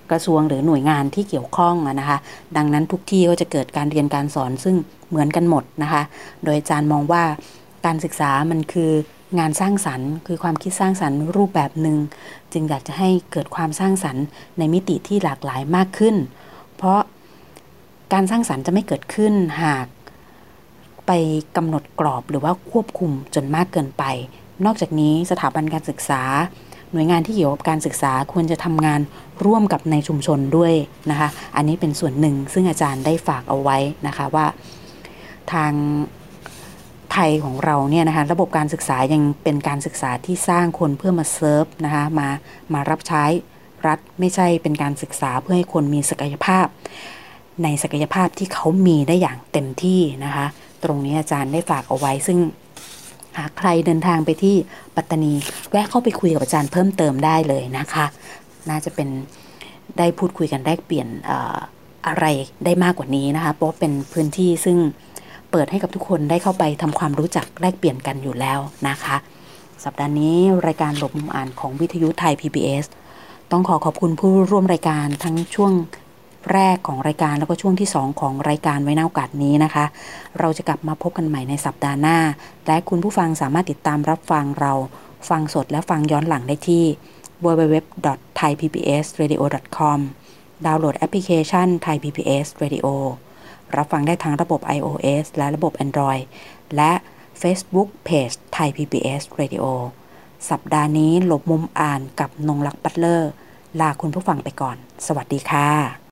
[SPEAKER 2] กระทรวงหรือหน่วยงานที่เกี่ยวข้องนะคะดังนั้นทุกที่ก็จะเกิดการเรียนการสอนซึ่งเหมือนกันหมดนะคะโดยอาจารย์มองว่าการศึกษามันคืองานสร้างสรรค์คือความคิดสร้างสรรค์รูปแบบหนึ่งจึงอยากจะให้เกิดความสร้างสรรค์ในมิติที่หลากหลายมากขึ้นเพราะการสร้างสรรค์จะไม่เกิดขึ้นหากไปกำหนดกรอบหรือว่าควบคุมจนมากเกินไปนอกจากนี้สถาบันการศึกษาหน่วยงานที่เกี่ยวกับการศึกษาควรจะทำงานร่วมกับในชุมชนด้วยนะคะอันนี้เป็นส่วนหนึ่งซึ่งอาจารย์ได้ฝากเอาไว้นะคะว่าทางไทยของเราเนี่ยนะคะระบบการศึกษายังเป็นการศึกษาที่สร้างคนเพื่อมาเซิร์ฟนะคะมามารับใช้รัฐไม่ใช่เป็นการศึกษาเพื่อให้คนมีศักยภาพในศักยภาพที่เขามีได้อย่างเต็มที่นะคะตรงนี้อาจารย์ได้ฝากเอาไว้ซึ่งหากใครเดินทางไปที่ปัตตานีแวะเข้าไปคุยกับอาจารย์เพิ่มเติมได้เลยนะคะน่าจะเป็นได้พูดคุยกันแลกเปลี่ยน อ, อะไรได้มากกว่านี้นะคะเพราะเป็นพื้นที่ซึ่งเปิดให้กับทุกคนได้เข้าไปทำความรู้จักแลกเปลี่ยนกันอยู่แล้วนะคะสัปดาห์นี้รายการหลบมุมอ่านของวิทยุไทย พี บี เอส ต้องขอขอบคุณผู้ร่วมรายการทั้งช่วงแรกของรายการแล้วก็ช่วงที่สองของรายการไว้ในโอกาสนี้นะคะเราจะกลับมาพบกันใหม่ในสัปดาห์หน้าและคุณผู้ฟังสามารถติดตามรับฟังเราฟังสดและฟังย้อนหลังได้ที่ ดับเบิลยู ดับเบิลยู ดับเบิลยู ดอท ไทย พี บี เอส เรดิโอ ดอท คอม ดาวน์โหลดแอปพลิเคชัน Thai พี บี เอส Radio รับฟังได้ทั้งระบบ iOS และระบบ Android และ Facebook Page Thai พี บี เอส Radio สัปดาห์นี้หลบมุมอ่านกับนงลักษณ์บัตเลอร์ลาคุณผู้ฟังไปก่อนสวัสดีค่ะ